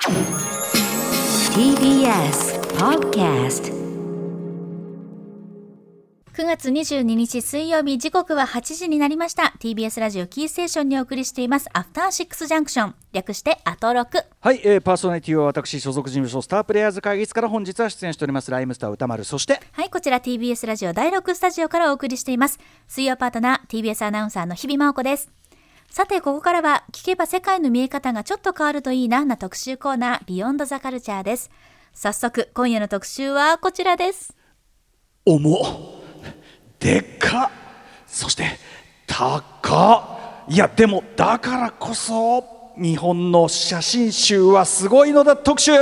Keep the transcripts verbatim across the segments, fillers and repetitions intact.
ティービーエス Podcast。 くがつにじゅうににち水曜日、時刻ははちじになりました。 ティービーエス ラジオキーステーションにお送りしていますアフターシックスジャンクション、略してアトロク。 はい、えー、パーソナリティは私所属事務所スタープレイヤーズ会議室から本日は出演しておりますライムスター歌丸、そしてはい、こちら ティービーエス ラジオだいろくスタジオからお送りしています水曜パートナー ティービーエス アナウンサーの日々真央子です。さて、ここからは聞けば世界の見え方がちょっと変わるといいなな特集コーナー、ビヨンドザカルチャーです。早速今夜の特集はこちらです。 重っ、でっか、そして高っ。いやでもだからこそ日本の写真集はすごいのだ特集。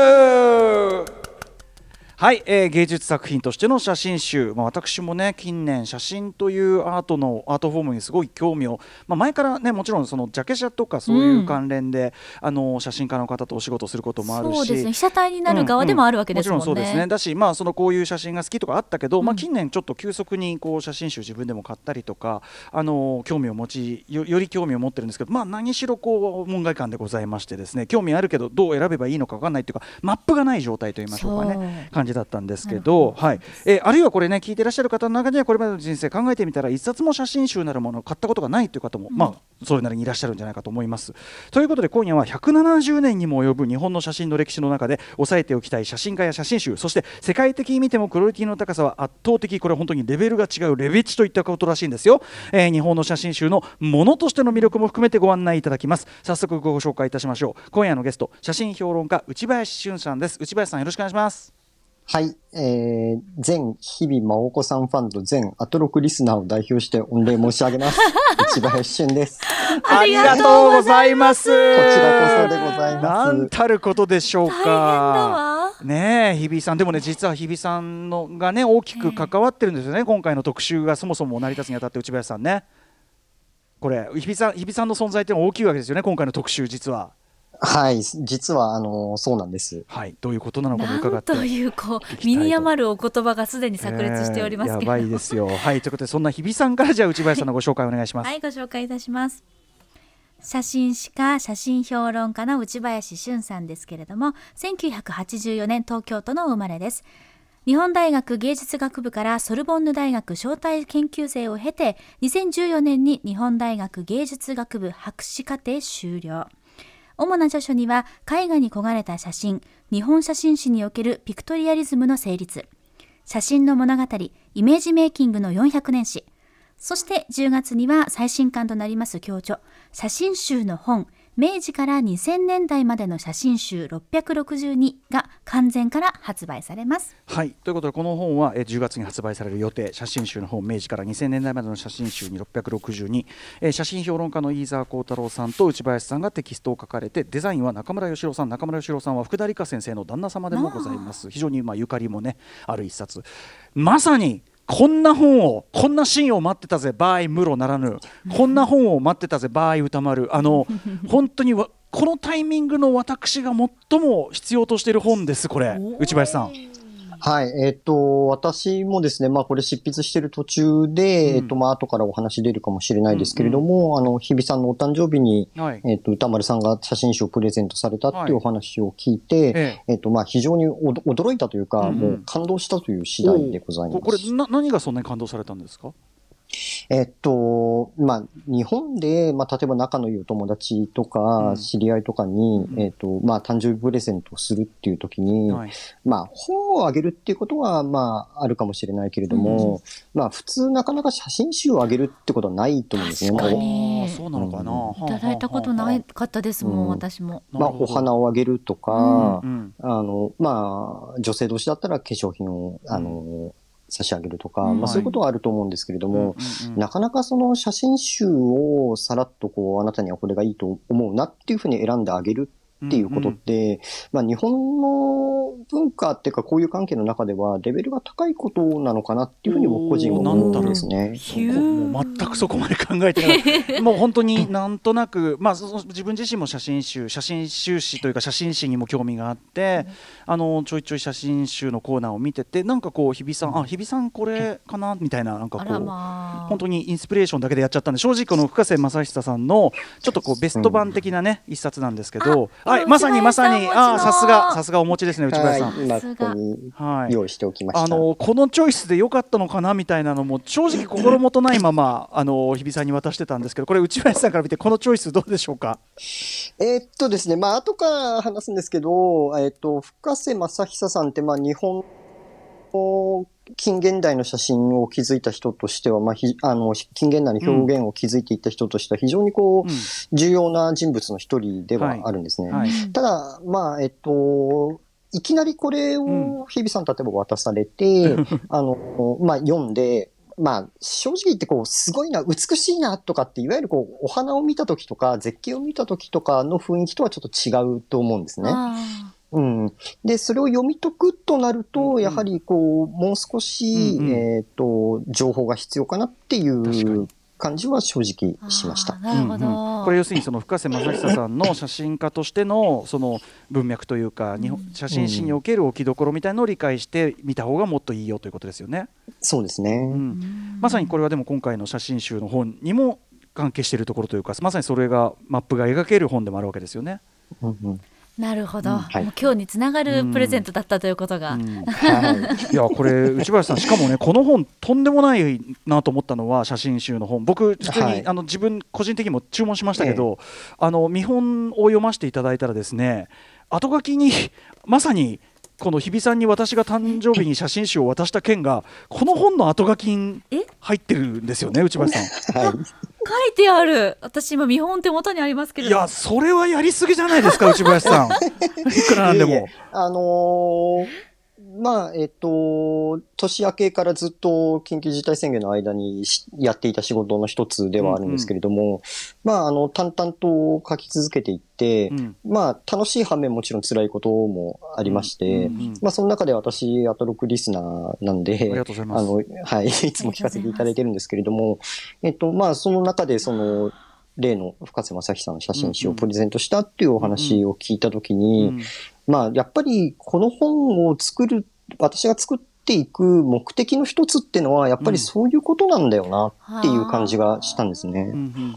はい、えー、芸術作品としての写真集、まあ、私もね近年写真というアートのアートフォームにすごい興味を、まあ、前からねもちろんそのジャケ写とかそういう関連で、うん、あの写真家の方とお仕事することもあるし、 そうですね、被写体になる側でもあるわけですもんね、 うんうん、もちろんそうですね。だし、まあ、そのこういう写真が好きとかあったけど、うんまあ、近年ちょっと急速にこう写真集自分でも買ったりとかあの興味を持ち よ, より興味を持ってるんですけど、まあ、何しろこう門外漢でございましてですね、興味あるけどどう選べばいいのか分かんないというかマップがない状態といいましょうかね感じだったんですけど、はいえー、あるいはこれね聞いてらっしゃる方の中にはこれまでの人生考えてみたら一冊も写真集なるものを買ったことがないという方も、うんまあ、それなりにいらっしゃるんじゃないかと思います。ということで今夜はひゃくななじゅうねんにも及ぶ日本の写真の歴史の中で押さえておきたい写真家や写真集、そして世界的に見てもクオリティの高さは圧倒的、これ本当にレベルが違うレベチといったことらしいんですよ、えー、日本の写真集のものとしての魅力も含めてご案内いただきます。早速ご紹介いたしましょう。今夜のゲスト、写真評論家内林俊さんです。内林さん、よろしくお願いします。 はい、えー、全日々真央子さんファンと全アトロクリスナーを代表して御礼申し上げます内林俊です。 ありがとうございます。こちらこそでございます。 なんたることでしょうか。 大変だわねえ、日比さんでもね、実は日比さんのがね大きく関わってるんですよね、えー、今回の特集がそもそも成り立つにあたって。内林さんね、これ日比さん日比さんの存在っていうのは大きいわけですよね、今回の特集実は。 はい、実はあのそうなんです。 はい、どういうことなのかも伺って、 なんというこう身に余るお言葉がすでに炸裂しておりますけれども、 えー、やばいですよ。はい、ということでそんな日比さんからじゃあ内林さんのご紹介お願いします。 はい、ご紹介いたします。写真史家、写真評論家の内林俊さんですけれども、せんきゅうひゃくはちじゅうよねん東京都の生まれです。日本大学芸術学部からソルボンヌ大学招待研究生を経て、にせんじゅうよねんに日本大学芸術学部博士課程修了。主な著書には絵画に焦がれた写真、日本写真史におけるピクトリアリズムの成立、写真の物語、イメージメイキングのよんひゃくねん史、そしてじゅうがつには最新刊となります強著、写真集の本、明治からにせんねんだいまでの写真集ろっぴゃくろくじゅうにが完全から発売されます。 はい、ということでこの本はじゅうがつに発売される予定、写真集の本、明治からにせんねんだいまでの写真集にろっぴゃくろくじゅうに、えー、写真評論家の飯沢幸太郎さんと内林さんがテキストを書かれて、デザインは中村義郎さん。中村義郎さんは福田理香先生の旦那様でもございます。非常にまあゆかりもねある一冊。まさにこんな本を、こんなシーンを待ってたぜバイムロならぬ、こんな本を待ってたぜバイ歌丸。あの本当にわこのタイミングの私が最も必要としている本です、これ。内林さん。 はい、えっと、私もですね、まあこれ執筆してる途中で、うん、えっと、まあ後からお話出るかもしれないですけれども、うんうん、あの、日比さんのお誕生日に、はい、えっと、歌丸さんが写真集をプレゼントされたっていうお話を聞いて、はい、ええっと、まあ非常に驚いたというか、うんうん、もう感動したという次第でございます。 これな、何がそんなに感動されたんですか？ えっと、まあ、日本で、まあ、例えば仲のいいお友達とか、知り合いとかに、うん、えっと、まあ、誕生日プレゼントをするっていう時に、はい、まあ、本をあげるっていうことは、まあ、あるかもしれないけれども、うん、まあ、普通なかなか写真集をあげるってことはないと思うんですね。 確かに。 そうなのかな、 うん、いただいたことなかったですもん、うん、私も。 まあ、お花をあげるとか、うん、あの、まあ、女性同士だったら化粧品を、あの、うん差し上げるとか、うんまあ、そういうことはあると思うんですけれども、うんうんうん、なかなかその写真集をさらっとこうあなたにはこれがいいと思うなっていうふうに選んであげるっていうことって、うんうんまあ、日本の文化っていうかこういう関係の中ではレベルが高いことなのかなっていうふうに僕個人は思うんですね。 もう全くそこまで考えてないもう本当になんとなく、まあ、その自分自身も写真集写真集誌というか写真誌にも興味があって、うん、あのちょいちょい写真集のコーナーを見てて、なんかこう日比さんあ日比さんこれかなみたいな、なんかこう、まあ、本当にインスピレーションだけでやっちゃったんで、正直この深瀬正久さんのちょっとこうベスト版的なね、うん、一冊なんですけど、 はい、まさにまさに、あ、さすがさすがお持ちですね、内林さん。 はい、今ここに用意しておきました。 あのこのチョイスで良かったのかなみたいなのも正直心もとないままあの日比さんに渡してたんですけど、これ内林さんから見てこのチョイスどうでしょうか。 えー、っとですね、まあ後から話すんですけど、えー、っと深瀬正久さんってまあ日本の近現代の写真を築いた人としては、まあ、ひあの近現代の表現を築いていった人としては非常にこう、うん、重要な人物の一人ではあるんですね。はいはい、ただ、まあえっといきなりこれを日比さん例えば渡されて、うん、あのまあ、読んで。まあ、正直言ってこう、すごいな、美しいなとかって、いわゆるこう、お花を見た時とか、絶景を見た時とかの雰囲気とはちょっと違うと思うんですね。うん。で、それを読み解くとなると、うん、やはりこう、もう少し、うんうん、えっと、情報が必要かなっていう感じは正直しました。 なるほど。 うんうん、これ要するにその深瀬正久さんの写真家としてのその文脈というか、日本写真史における置きどころみたいなのを理解して見た方がもっといいよということですよね。 そうですね。うん、 まさにこれはでも今回の写真集の本にも関係しているところというか、まさにそれがマップが描ける本でもあるわけですよね。 うんうん、 なるほど、うんはい、 もう今日につながるプレゼントだったということが、うんうんはい、いやこれ内林さんしかもねこの本とんでもないなと思ったのは写真集の本、僕普通に、はい、あの自分個人的にも注文しましたけど、ええ、あの見本を読ませていただいたらですね、後書きにまさにこの日比さんに私が誕生日に写真集を渡した件がこの本の後書きに入ってるんですよね、内林さん。 はい、書いてある。私今見本手元にありますけれど。 いやそれはやりすぎじゃないですか内林さん。いくらなんでも。いえいえあのーまあ、えっと、年明けからずっと緊急事態宣言の間にやっていた仕事の一つではあるんですけれども、うんうん、まあ、あの、淡々と書き続けていって、うん、まあ、楽しい反面もちろん辛いこともありまして、うんうんうん、まあ、その中で私、アトロクリスナーなんで、 ありがとうございます。 あの、はい、いつも聞かせていただいてるんですけれども、えっと、まあ、その中で、その、例の深瀬正久の写真集をプレゼントしたっていうお話を聞いたときに、うんうん、まあ、やっぱりこの本を作る、私が作っていく目的の一つっていうのは、やっぱりそういうことなんだよなっていう感じがしたんですね。 うんうん、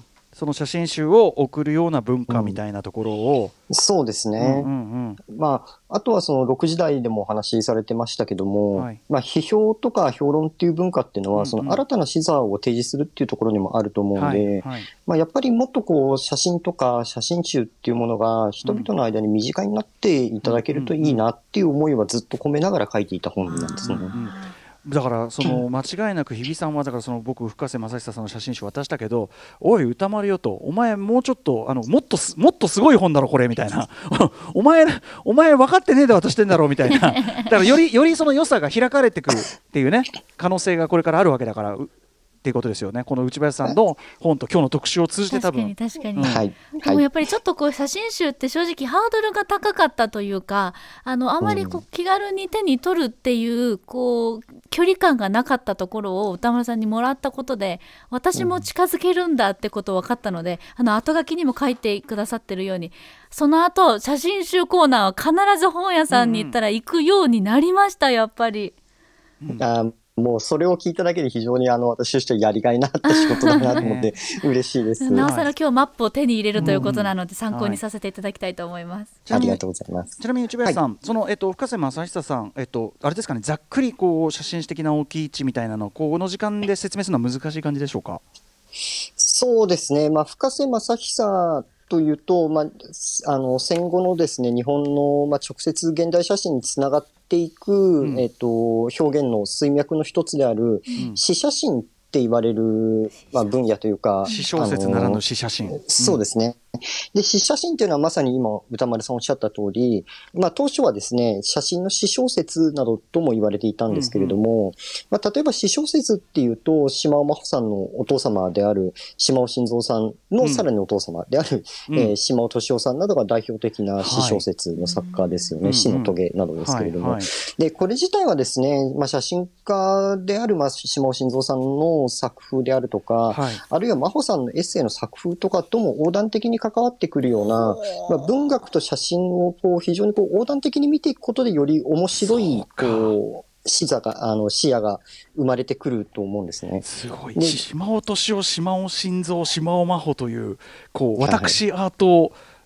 その写真集を送るような文化みたいなところを、 うん、そうですね。うんうんうん、まあ、あとはそのろくじ台でもお話しされてましたけども、はい、まあ、批評とか評論っていう文化っていうのは、うんうん、その新たな視座を提示するっていうところにもあると思うんで、はいはい、まあ、やっぱりもっとこう写真とか写真集っていうものが人々の間に身近になっていただけるといいなっていう思いはずっと込めながら書いていた本なんですね。うんうん、 だからその間違いなく日比さんはだからその僕深瀬正久さんの写真集渡したけど、おい歌丸よと、お前もうちょっとあのもっともっとすごい本だろこれみたいなお前お前分かってねえで渡してんだろうみたいな、だからよりよりその良さが開かれてくるっていうね可能性がこれからあるわけだからっていうことですよね。この内林さんの本と今日の特集を通じて多分確かに確かに、うん、はい、でもやっぱりちょっとこう写真集って正直ハードルが高かったというか、あのあまりこう気軽に手に取るっていうこう距離感がなかったところを歌丸さんにもらったことで私も近づけるんだってこと分かったので、あの後書きにも書いてくださってるように、その後写真集コーナーは必ず本屋さんに行ったら行くようになりました、やっぱり。 うん、あもうそれを聞いただけで非常にあの私としてやりがいのあった仕事だなと思って嬉しいです。 なおさら今日マップを手に入れるということなので参考にさせていただきたいと思います。 はい、ありがとうございます。 ちなみに内林さん、はい、その、えっと、深瀬正久さん、えっと、あれですかね、ざっくりこう写真史的な置き位置みたいなのをこの時間で説明するのは難しい感じでしょうか。 そうですね、まあ、深瀬正久というと、まあ、あの戦後のですね日本の、まあ、直接現代写真につながっていく、うん、えーと、表現の水脈の一つである、うん、詩写真って言われる、まあ、分野というか詩小説ならぬ詩写真、うん、 そうですね。で詩写真というのはまさに今歌丸さんおっしゃった通り、まあ、当初はですね写真の詩小説などとも言われていたんですけれども、うんうん、まあ、例えば詩小説っていうと島尾真帆さんのお父様である島尾伸三さんのさらにお父様である、うんえー、島尾俊夫さんなどが代表的な詩小説の作家ですよね、はい、詩の棘などですけれども、はいはい、でこれ自体はですね、まあ、写真家である、まあ、島尾伸三さんの作風であるとか、はい、あるいは真帆さんのエッセイの作風とかとも横断的に関わってくるような、まあ、文学と写真をこう非常にこう横断的に見ていくことでより面白いこう視座があの視野が生まれてくると思うんですね。 すごい。島尾俊夫、島尾伸三、島尾真帆というこう私アート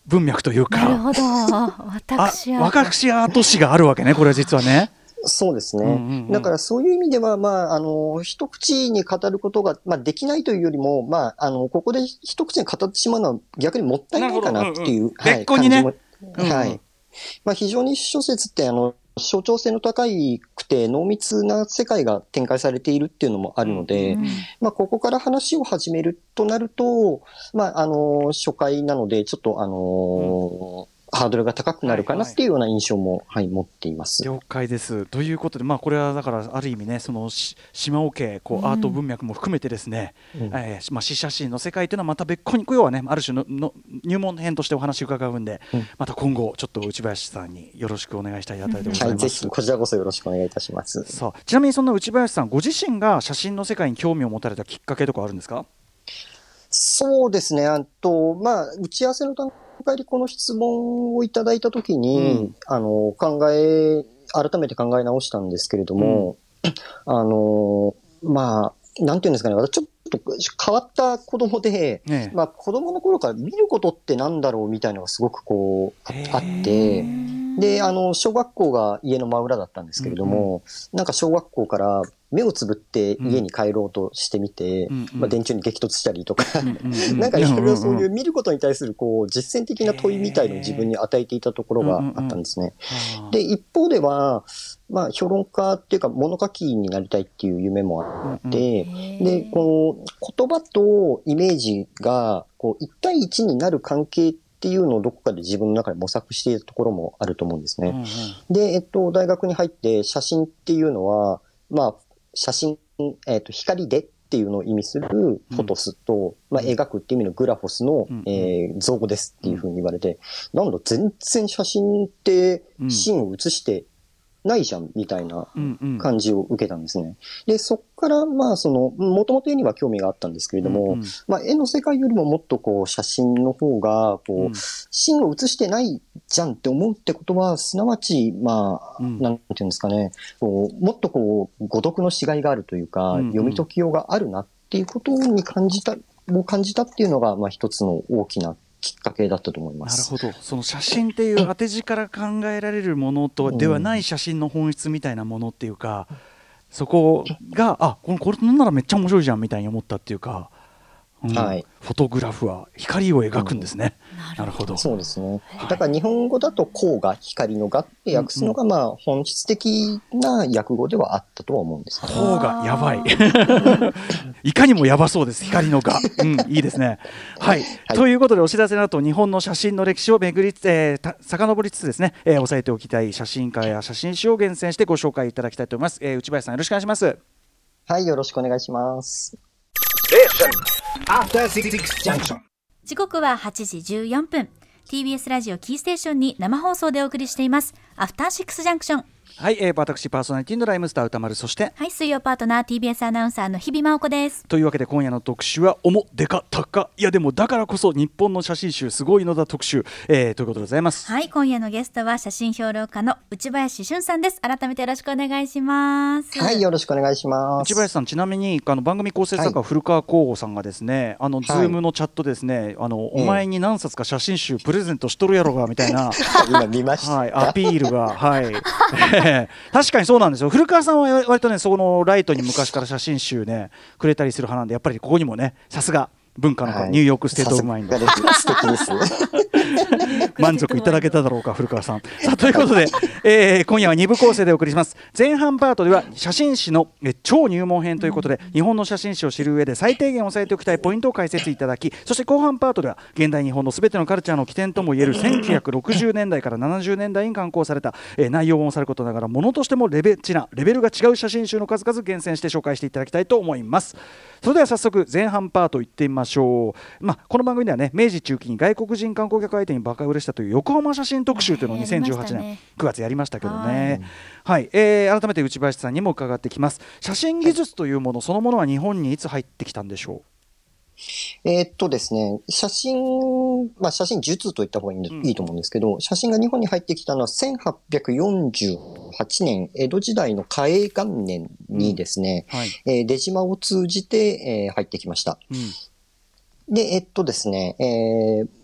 文脈というか。 なるほど。私ア私アート史があるわけね、これは実はね。 そうですね、 うんうんうん。 だからそういう意味では、まあ、あの、一口に語ることが、まあ、できないというよりも、まあ、あの、ここで一口に語ってしまうのは逆にもったいないかなっていう、 うんうん、別個にね、 感じも、うんうん、はい。まあ、非常に諸説って、あの、象徴性の高くて濃密な世界が展開されているっていうのもあるので、うんうん、まあ、ここから話を始めるとなると、まあ、あの、初回なので、ちょっと、あの、うんハードルが高くなるかなっていうような印象も、はいはい、持っています。 了解です。ということで、まあ、これはだからある意味ね、その島桶こうアート文脈も含めてですね、うんえーまあ、詩写真の世界というのはまた別個に要はねある種 の, の入門編としてお話を伺うんで、うん、また今後ちょっと内林さんによろしくお願いしたいあたりでございます、はい、 ぜひこちらこそよろしくお願いいたします。 さあちなみにそんな内林さんご自身が写真の世界に興味を持たれたきっかけとかあるんですか？ そうですね、あとまあ打ち合わせの段階でこの質問をいただいたときに、うん、あの考え改めて考え直したんですけれども、うん、あのまあなんていうんですかね、私ちょっと変わった子供で、ね、まあ子供の頃から見ることってなんだろうみたいなのがすごくこうあって、であの小学校が家の真裏だったんですけれども、うん、なんか小学校から目をつぶって家に帰ろうとしてみて、うんまあ、電柱に激突したりとか、うん、なんかいろいろそういう見ることに対するこう実践的な問いみたいのを自分に与えていたところがあったんですね。で、一方では、まあ、評論家っていうか物書きになりたいっていう夢もあって、で、この言葉とイメージがこう一対一になる関係っていうのをどこかで自分の中で模索しているところもあると思うんですね。うんうん、で、えっと、大学に入って写真っていうのは、まあ、写真、えっと、光でっていうのを意味するフォトスと、うんまあ、描くっていう意味のグラフォスの、うんえー、造語ですっていうふうに言われて、うん、なんだ、全然写真ってシーンを写してないじゃんみたいな感じを受けたんですね。うんうん、で、そっからまあその、もともと絵には興味があったんですけれども、うんうん、まあ絵の世界よりももっとこう写真の方が、こう、うん、シーンを写してないじゃんって思うってことは、すなわち、まあ、うん、なんていうんですかね、こうもっとこう、誤読のしがいがあるというか、うんうん、読み解きようがあるなっていうことに感じた、を感じたっていうのが、まあ一つの大きなきっかけだったと思います。 なるほど。その写真っていう当て字から考えられるものとではない写真の本質みたいなものっていうか、うん、そこがあこれこれなんならめっちゃ面白いじゃんみたいに思ったっていうか、うんはい、フォトグラフは光を描くんですね。うん、なるほど。 そうですね。だから日本語だと光が光のがって訳すのがまあ本質的な訳語ではあったとは思うんですけど、 ね。光がやばい。いかにもやばそうです。光のが、うん、いいですね。はい。はい、ということでお知らせの後日本の写真の歴史を巡り、えー、遡りつつですね、えー、押さえておきたい写真家や写真史を厳選してご紹介いただきたいと思います。えー、内林さんよろしくお願いします。 はい、よろしくお願いします。 時刻ははちじじゅうよんぷん ティービーエス ラジオキーステーションに生放送でお送りしていますアフターシックスジャンクション。 はい、えー、私パーソナリティのライムスター歌丸、そしてはい水曜パートナー ティービーエス アナウンサーの日々真央子です。 というわけで今夜の特集はおもでかたかいやでもだからこそ日本の写真集すごいのだ特集、えー、ということでございます。 はい、今夜のゲストは写真評論家の内林俊さんです。改めてよろしくお願いします。 はい、よろしくお願いします。 内林さん、ちなみにあの番組構成作家、はい、古川光吾さんがですね、あの、はい、ズームのチャットですね、あの、えー、お前に何冊か写真集プレゼントしとるやろがみたいな今見ました、 はい、アピールがはい確かにそうなんですよ。古川さんは割とねそのライトに昔から写真集ねくれたりする派なんで、やっぱりここにもねさすが文化の、はい、ニューヨークステートオブマインド素敵です満足いただけただろうか古川さん。さあということで、えー、今夜はに部構成でお送りします。前半パートでは写真史のえ超入門編ということで、日本の写真史を知る上で最低限押さえておきたいポイントを解説いただき、そして後半パートでは現代日本のすべてのカルチャーの起点ともいえるせんきゅうひゃくろくじゅうねんだいからななじゅうねんだいに刊行された、えー、内容もさることながらものとしてもレベチなレベルが違う写真集の数々厳選して紹介していただきたいと思います。それでは早速前半パートいってみましょう。まあ、この番組ではね明治中期に外国人観光客相手にバカ売れしたという横浜写真特集というのをにせんじゅうはちねんくがつやりましたけどね。はい、えー、改めて内林さんにも伺ってきます。写真技術というものそのものは日本にいつ入ってきたんでしょう。 えー、っとですね、写真、まあ写真術といった方がいい、うん、いいと思うんですけど、写真が日本に入ってきたのはせんはっぴゃくよんじゅうはちねん、江戸時代の嘉永元年にですね、うんはいえー、出島を通じて、えー、入ってきました。うん、で、えっとですね、えー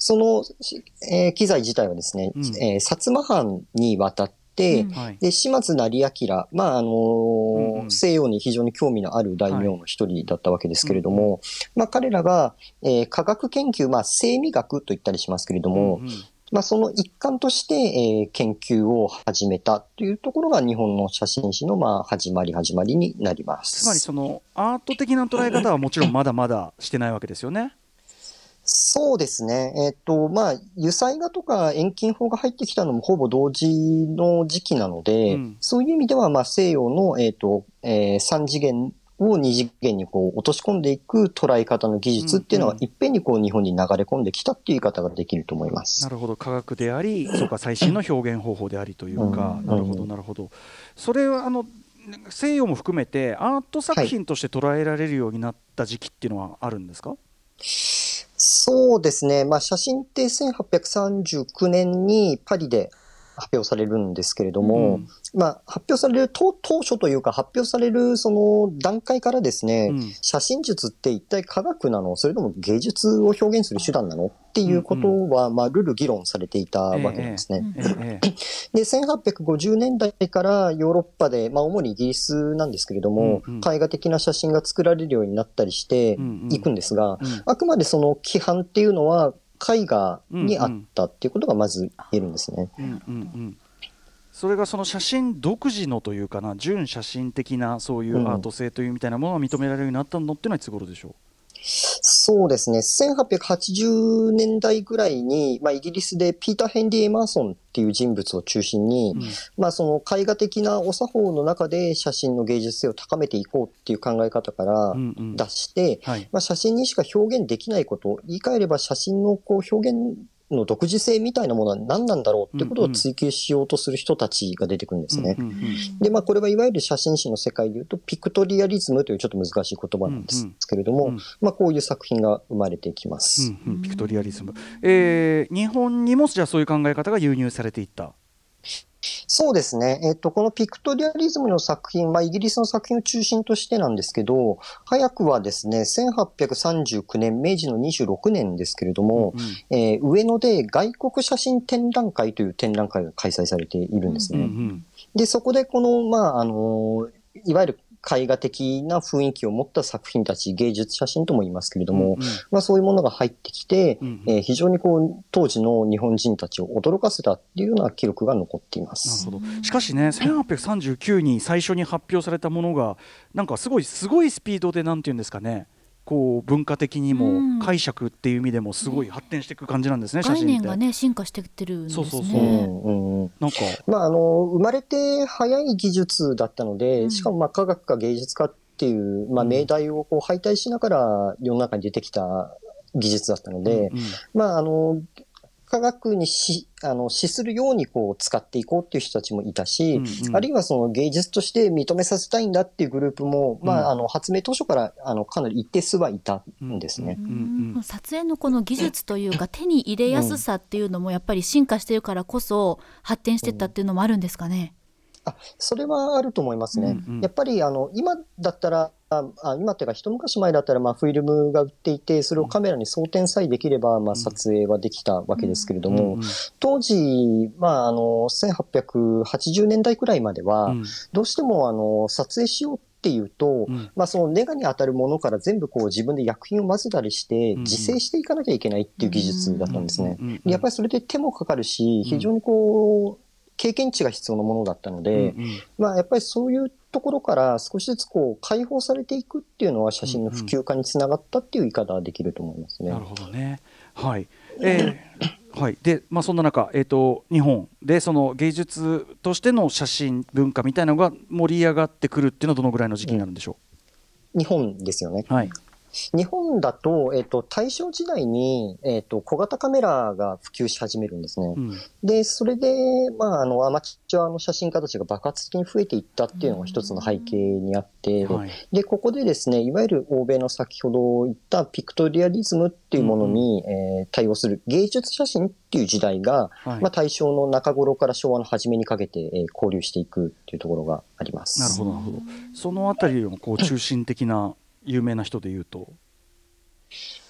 その、えー機材自体はですね、 うんえー薩摩藩に渡って、 うんはいで、島津成明、まあ、あのーうんうん西洋に非常に興味のある大名の一人だったわけですけれども、まあ、彼らが、えー科学研究、まあ、生理学と言ったりしますけれども、 うんうんまあ、その一環として、えー研究を始めたというところが日本の写真史の、まあ、始まり始まりになります。 つまりそのアート的な捉え方はもちろんまだまだしてないわけですよね。 そうですね。えっと、まあ、油彩画とか遠近法が入ってきたのもほぼ同時の時期なので、 うんそういう意味では、まあ、西洋の、えっと、えー、三次元を二次元にこう落とし込んでいく捉え方の技術っていうのは、 うんうんいっぺんにこう日本に流れ込んできたっていう言い方ができると思います。 なるほど、科学であり、そうか最新の表現方法でありというか、 うんなるほどなるほど。それはあの西洋も含めてアート作品として捉えられるようになった時期っていうのはあるんですか？ そうですね。まあ、写真ってせんはっぴゃくさんじゅうきゅうねんにパリで発表されるんですけれども、 うんまあ、発表される当当初というか発表されるその段階からですね、 うん写真術って一体科学なのそれとも芸術を表現する手段なのっていうことは、まあ、ルル議論されていたわけなんですね。 ええええで、せんはっぴゃくごじゅうねんだいからヨーロッパで、まあ、主にイギリスなんですけれども、 うんうん絵画的な写真が作られるようになったりしていくんですが、 うんうんあくまでその規範っていうのは絵画にあったっていうことがまず言えるんですね。 うんうんうんそれがその写真独自のというかな、純写真的なそういうアート性というみたいなものが認められるようになったのっていうのはいつ頃でしょう？ そうですね。せんはっぴゃくはちじゅうねんだいぐらいに、まあ、イギリスでピーター・ヘンリー・エマーソンっていう人物を中心に、 うんまあ、その絵画的なお作法の中で写真の芸術性を高めていこうっていう考え方からうんうん出して、 はいまあ、写真にしか表現できないこと、言い換えれば写真のこう表現の独自性みたいなものは何なんだろうってことを追求しようとする人たちが出てくるんですね。 うんうんうんで、まあ、これはいわゆる写真史の世界でいうと、ピクトリアリズムというちょっと難しい言葉なんですけれども、 うんうんまあ、こういう作品が生まれてきまうす。 んうんピクトリアリズム、えー日本にもじゃあそういう考え方が輸入されていった。 そうですね。えっと、このピクトリアリズムの作品、まあ、イギリスの作品を中心としてなんですけど、早くはですね、せんはっぴゃくさんじゅうきゅうねん、明治のにじゅうろくねんですけれども、 うんえー上野で外国写真展覧会という展覧会が開催されているんですね。 うんうんで、そこでこの、まあ、あの、いわゆる絵画的な雰囲気を持った作品たち、芸術写真とも言いますけれども、 うんうんまあそういうものが入ってきて、 うんうんえー非常にこう、当時の日本人たちを驚かせたっていうような記録が残っていまなるす。 ほど。しかしね、せんはっぴゃくさんじゅうきゅうに最初に発表されたものがなんかすごいすごいスピードでなんていうんですかね、こう文化的にうんも解釈っていう意味でもすごい発展していく感じなんですね、写真って。 概念がね進化してってるんですね。 そうそうそううんうんなんかまあ、あの、生まれて早い技術だったので、 うんしかもまあ科学か芸術かっていう、まあうん命題をこう敗退しながら世の中に出てきた技術だったので、 うんうんまあ、あの、科学にし、あの、資するようにこう使っていこうっていう人たちもいたし、 うんうんあるいはその芸術として認めさせたいんだっていうグループも、まうんあ、あの、発明当初からあの、かなり一定数はいたんですね。 ううんん撮影のこの技術というか手に入れやすさっていうのもやっぱり進化してるからこそ発展してったっていうのもあるんですかね。 あ、それはあると思いますね。 うんうんやっぱりあの今だったらああ今っていうか一昔前だったらまあフィルムが売っていてそれをカメラに装填さえできればまあ撮影はできたわけですけれども、 うんうん当時、まあ、あのせんはっぴゃくはちじゅうねんだいくらいまでは、 うんどうしてもあの撮影しようっていうと、 うんまあ、そのネガに当たるものから全部こう自分で薬品を混ぜたりしてうん自生していかなきゃいけないっていう技術だったんですね。 うんうんうんやっぱりそれで手もかかるし非常にこう経験値が必要なものだったので、 うんうんまあ、やっぱりそういうところから少しずつこう解放されていくっていうのは写真の普及化につながったっていう言い方はできると思いますね。 なるほどね。はい。えーはい。で、まあそんな中、えっと日本でその芸術としての写真文化みたいなのが盛り上がってくるっていうのはどのぐらいの時期になるんでしょ日本ですよね。 う。はい。 日本だと、えっと、大正時代に、えっと、小型カメラが普及し始めるんですね。 うんで、それで、まあ、あの、アマチュアの写真家たちが爆発的に増えていったっていうのが一つの背景にあって、 はい。 で、ここでですね、いわゆる欧米の先ほど言ったピクトリアリズムっていうものに、えー対応する芸術写真っていう時代が、 はいまあ、大正の中頃から昭和の初めにかけて、えー交流していくっていうところがあります。 なるほどなるほど。そのあたりのこう中心的な有名な人で言うと。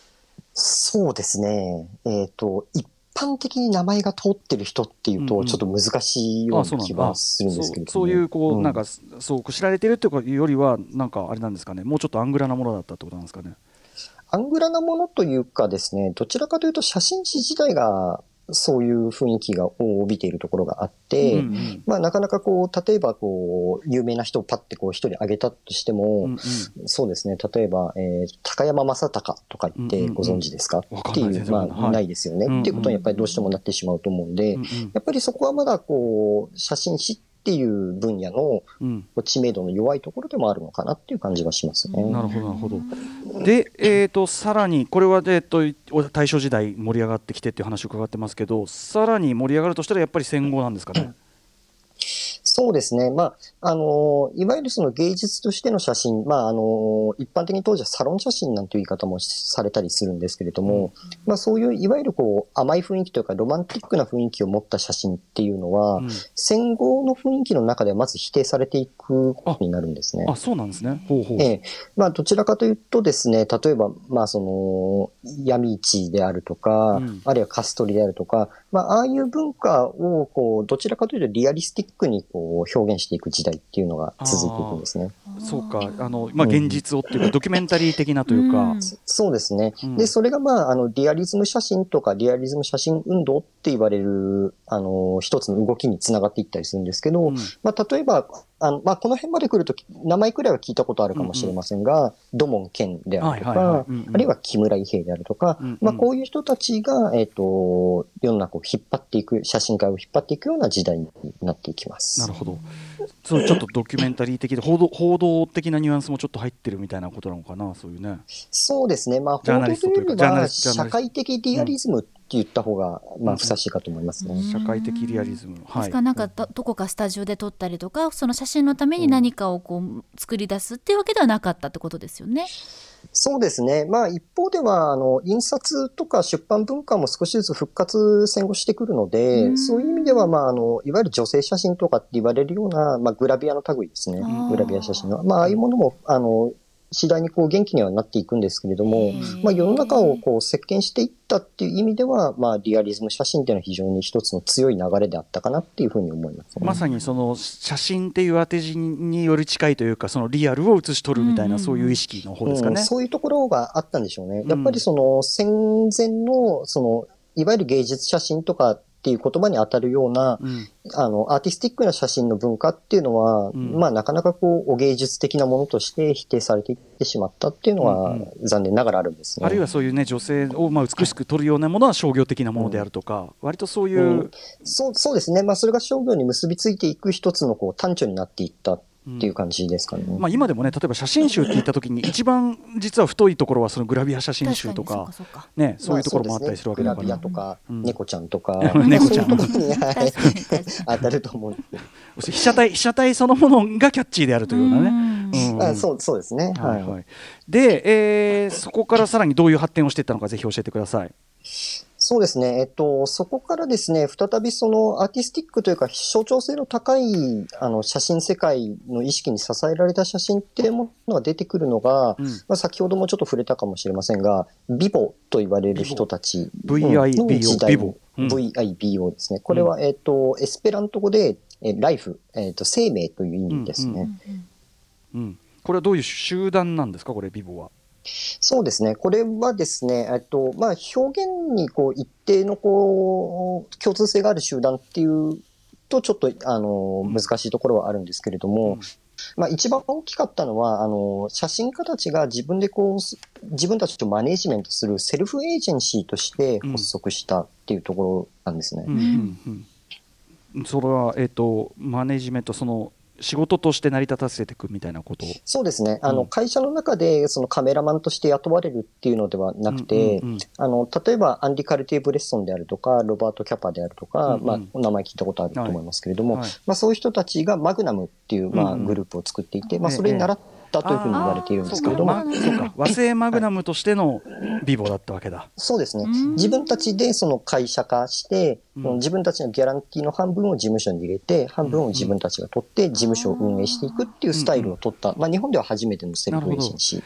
そうですね。えっと、一般的に名前が通ってる人っていうと、ちょっと難しいような気はするんですけれども、 そういうこう、うん、なんかそう知られてるっていうよりはなんかあれなんですかね、もうちょっとアングラなものだったってことなんですかね。 アングラなものというかですね、どちらかというと写真誌自体がそういう雰囲気が帯びているところがあって、うんうん、まあなかなかこう、例えばこう、有名な人をパッてこう一人挙げたとしても、うんうん、そうですね、例えば、えー、高山正隆とか言ってご存知ですか、うんうん、っていう、まあ、はい、ないですよね、うんうん、っていうことにやっぱりどうしてもなってしまうと思うんで、うんうん、やっぱりそこはまだこう、写真誌っていう分野の知名度の弱いところでもあるのかなっていう感じがしますね。 うん、なるほどなるほど。で、えーと、さらにこれは、えーと、大正時代盛り上がってきてっていう話を伺ってますけど、さらに盛り上がるとしたらやっぱり戦後なんですかね。 そうですね。まあ、あの、いわゆるその芸術としての写真、まあ、あの、一般的に当時はサロン写真なんていう言い方もされたりするんですけれども、うん、まあ、そういういわゆるこう、甘い雰囲気というかロマンティックな雰囲気を持った写真っていうのは、うん、戦後の雰囲気の中ではまず否定されていくことになるんですね。 あ、あ、そうなんですね。ほうほう。 ええ。まあ、どちらかというとですね、例えば、まあ、その、闇市であるとか、うん、あるいはカストリであるとか、まあ、ああいう文化を、こう、どちらかというとリアリスティックにこう表現していく時代っていうのが続いていくんですね。 そうか、あの、まあ、現実をっていうか、うん、ドキュメンタリー的なというか。 うん、そうですね。うん、で、それがまあ、あの、リアリズム写真とか、リアリズム写真運動って言われる、あの、一つの動きにつながっていったりするんですけど、うん、まあ、例えば、あの、まあ、この辺まで来ると、名前くらいは聞いたことあるかもしれませんが、うんうん、土門健であるとか、あるいは木村伊兵衛であるとか、うんうん、まあ、こういう人たちが、えっと、世の中を引っ張っていく、写真界を引っ張っていくような時代になっていきます。 なるほど。そう、ちょっとドキュメンタリー的で報道、報道的なニュアンスもちょっと入ってるみたいなことなのかな、そういうね。 そうですね。まあ、報道というよりは、社会的リアリズムって言った方が、まあ、ふさわしいかと思いますね。 社会的リアリズム。 はい。ですから、なんか、どこかスタジオで撮ったりとか、その写真のために何かをこう作り出すっていうわけではなかったってことですよね。 そうですね。まあ一方では、あの、印刷とか出版文化も少しずつ復活戦後してくるので、そういう意味では、まああの、いわゆる女性写真とかって言われるような、まあグラビアの類ですね。グラビア写真の。まあああいうものも、あの、次第にこう元気にはなっていくんですけれども、まあ世の中をこう席巻していったっていう意味では、まあリアリズム写真っていうのは非常に一つの強い流れであったかなっていうふうに思います、ね。 まさにその写真っていう当て字により近いというか、そのリアルを写し取るみたいな、そういう意識の方ですかね、 うん。そういうところがあったんでしょうね。やっぱりその戦前のそのいわゆる芸術写真とかっていう言葉に当たるような、うん、あの、アーティスティックな写真の文化っていうのは、うん、まあなかなかこう、お芸術的なものとして否定されていってしまったっていうのは、残念ながらあるんですね。 あるいはそういうね、女性をまあ美しく撮るようなものは商業的なものであるとか、うん、割とそういう、うん、 そう、そうですね。まあそれが商業に結びついていく一つのこう、端緒になっていったっていう感じですかね。 うん、まあ、今でもね、例えば写真集って言った時に一番実は太いところはそのグラビア写真集とか、そうかね、そういうところもあったりするわけだから、 まあそうですね、グラビアとか、うん、猫ちゃんとか猫ちゃんそういうところに、はい、当たると思うんですけど、 被写体被写体そのものがキャッチーであるというようなね。 うん、あ、そうそうですね。はいはい。 で、えー、そこからさらにどういう発展をしていったのかぜひ教えてください。 そうですね。えっと、そこからですね、再びそのアーティスティックというか象徴性の高いあの写真世界の意識に支えられた写真っていうものが出てくるのが、うん、まあ、先ほどもちょっと触れたかもしれませんが、ビボと言われる人たちの時代、ビボ、ブイアイビーオー ですね。これは、えっと、エスペラント語で、えライフ、えっと、生命という意味ですね。 うんうんうん、これはどういう集団なんですか、これ、ビボは。 そうですね。これはですね、えっと、まあ、表現にこう一定のこう共通性がある集団っていうとちょっとあの難しいところはあるんですけれども、うん、まあ、一番大きかったのはあの写真家たちが自分でこう自分たちをマネージメントするセルフエージェンシーとして発足したっていうところなんですね。うんうんうん、それはえっとマネージメントその仕事として成り立たせていくみたいなこと。 そうですね。あの、うん、会社の中でそのカメラマンとして雇われるっていうのではなくて、うんうんうん、あの、例えばアンディ・カルティ・ブレッソンであるとか、ロバート・キャパであるとか、うんうん、まあ、お名前聞いたことあると思いますけれども、はいはい、まあ、そういう人たちがマグナムっていう、まあ、グループを作っていて、うんうん、まあ、それに習ってだというふうに言われているんですけれども、 そうか、和製マグナムとしてのビボだったわけだ。はい、 そうですね。自分たちでその会社化して、うん、自分たちのギャランティーの半分を事務所に入れて、半分を自分たちが取って事務所を運営していくっていうスタイルを取った、まあ日本では初めてのセルフエージェンシーだった。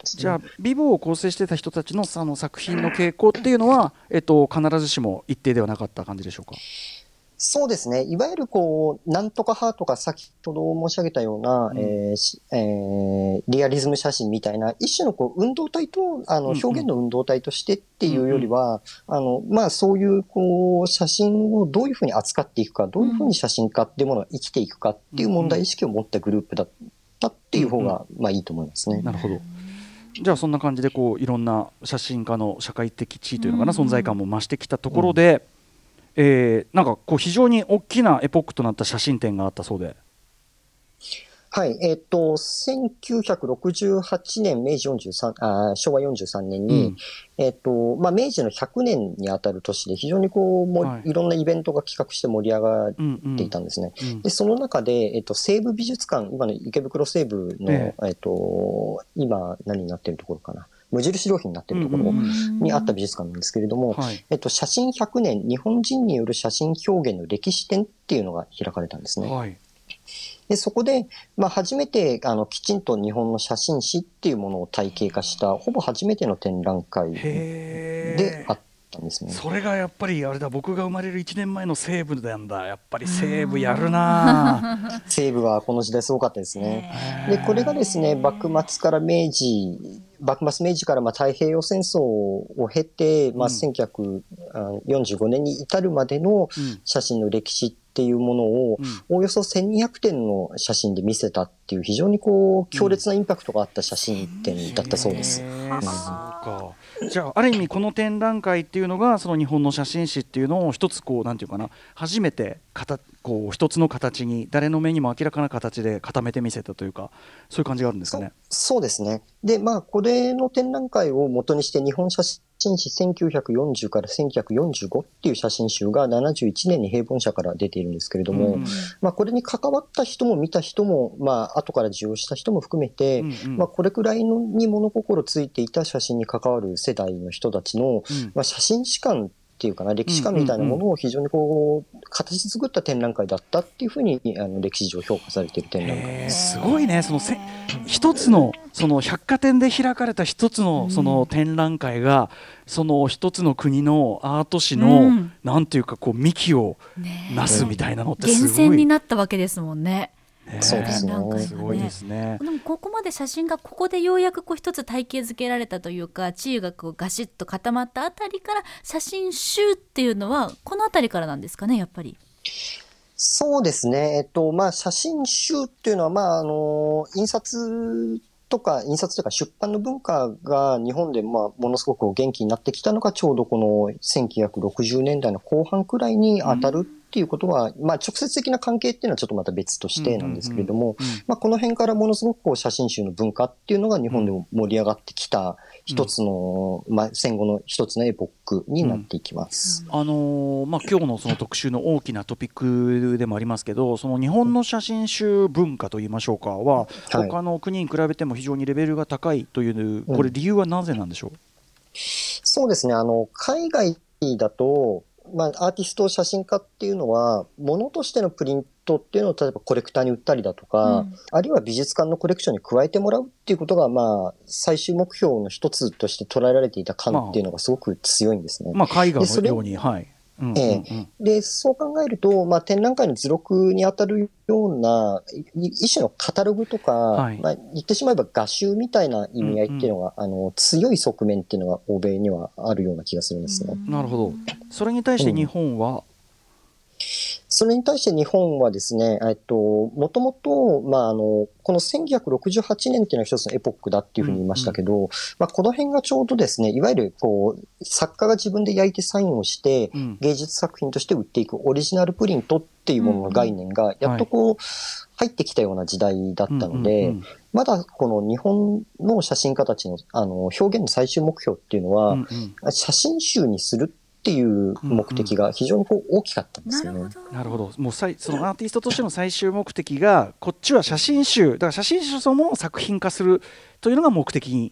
ですね。 じゃあビボを構成してた人たちのその作品の傾向っていうのは、えっと、必ずしも一定ではなかった感じでしょうか。 そうですね。いわゆるこう、なんとか派とか先ほど申し上げたような、うんえーえー、リアリズム写真みたいな、一種のこう運動体と、あの、表現の運動体としてっていうよりは、うんうん、あの、まあそういうこう、写真をどういうふうに扱っていくか、どういうふうに写真家っていうものが生きていくかっていう問題意識を持ったグループだったっていう方が、うんうん、まあいいと思いますね。 なるほど。じゃあそんな感じでこういろんな写真家の社会的地位というのかな、うんうん、存在感も増してきたところで、うんえー、なんかこう非常に大きなエポックとなった写真展があったそうで。 はい、えっ、ー、と、せんきゅうひゃくろくじゅうはちねん、明治よんじゅうさん、あしょうわよんじゅうさんねんに、うん、えっ、ー、と、まあ、明治のひゃくねんにあたる年で非常にこう、もはい、いろんなイベントが企画して盛り上がっていたんですね。うんうん、で、その中で、えっ、ー、と、西部美術館、今の池袋西部の、えっ、ー、と、今何になっているところかな。無印良品になっているところにあった美術館なんですけれども、うんうんえっと、写真ひゃくねん、日本人による写真表現の歴史展っていうのが開かれたんですね。はいでそこで、まあ、初めてあのきちんと日本の写真史っていうものを体系化したほぼ初めての展覧会であったんですね。 それがやっぱりあれだ、僕が生まれるいちねんまえの西部なんだ。やっぱり西部やるな西部はこの時代すごかったですね。でこれがですね幕末から明治幕末明治からまあ太平洋戦争を経て、まあ、せんきゅうひゃくよんじゅうごねんに至るまでの写真の歴史っていうものを、うん、およそせんにひゃくてんの写真で見せたっていう非常にこう強烈なインパクトがあった写真展だったそうです。うんうん、 かじゃあある意味この展覧会っていうのがその日本の写真史っていうのを一つこうなんていうかな初めてかたこう一つの形に誰の目にも明らかな形で固めて見せたというかそういう感じがあるんですかね。 そ, そうですね。でまあこれの展覧会を元にして日本写真史せんきゅうひゃくよんじゅうからせんきゅうひゃくよんじゅうごっていう写真集がななじゅういちねんに平凡社から出ているんですけれども、うんまあ、これに関わった人も見た人も、まあ後から受容した人も含めて、うんうんまあ、これくらいのに物心ついていた写真に関わる世代の人たちの、うんまあ、写真史観っていうかな歴史観みたいなものを非常にこう形作った展覧会だったっていうふうにあの歴史上評価されている展覧会です。 すごいね。そのせ一つのその百貨店で開かれた一つのその展覧会がその一つの国のアート史の、うん、なんていうかこう幹をなすみたいなのってすごい、 源泉になったわけですもんね。 ね、そうですね。すごいですね。 でもここまで写真がここでようやくこう一つ体系づけられたというか地位がこうガシッと固まったあたりから写真集っていうのはこのあたりからなんですかねやっぱり。 そうですね。えっとまあ写真集っていうのはまああの印刷とか印刷というか出版の文化が日本でまあものすごく元気になってきたのがちょうどこのせんきゅうひゃくろくじゅうねんだいの後半くらいに当たるっていうことは、うん、まあ直接的な関係っていうのはちょっとまた別としてなんですけれども、まあこの辺からものすごくこう写真集の文化っていうのが日本でも盛り上がってきた一つの、うん、まあ戦後の一つのエポックになっていきます。 うん、あのー、まあ今日のその特集の大きなトピックでもありますけど、その日本の写真集文化といいましょうかは、はい、他の国に比べても非常にレベルが高いという、これ理由はなぜなんでしょう。うん、 そうですね。あの海外だとまあ、アーティスト写真家っていうのは物としてのプリントっていうのを例えばコレクターに売ったりだとか、うん、あるいは美術館のコレクションに加えてもらうっていうことがまあ最終目標の一つとして捉えられていた感っていうのがすごく強いんですね。 まあ、絵画のように、はい。うんうんうんええ、でそう考えると、まあ、展覧会の図録に当たるような一種のカタログとか、はい、まあ、言ってしまえば画集みたいな意味合いっていうのが、うんうん、あの強い側面っていうのが欧米にはあるような気がするんですね。 なるほど。それに対して日本は、うん、 それに対して日本はですね、えっと、もともと、まあ、あの、このせんきゅうひゃくろくじゅうはちねんっていうのは一つのエポックだっていうふうに言いましたけど、うんうん、まあ、この辺がちょうどですね、いわゆる、こう、作家が自分で焼いてサインをして、うん、芸術作品として売っていくオリジナルプリントっていうものの概念が、やっとこう、入ってきたような時代だったので、うんうんうん、まだこの日本の写真家たちの、あの、表現の最終目標っていうのは、うんうん、写真集にするっていう目的が非常にこう大きかったんですよね。 うんうん、なるほど。もうさいそのアーティストとしての最終目的がこっちは写真集だから写真集そのものを作品化するというのが目的に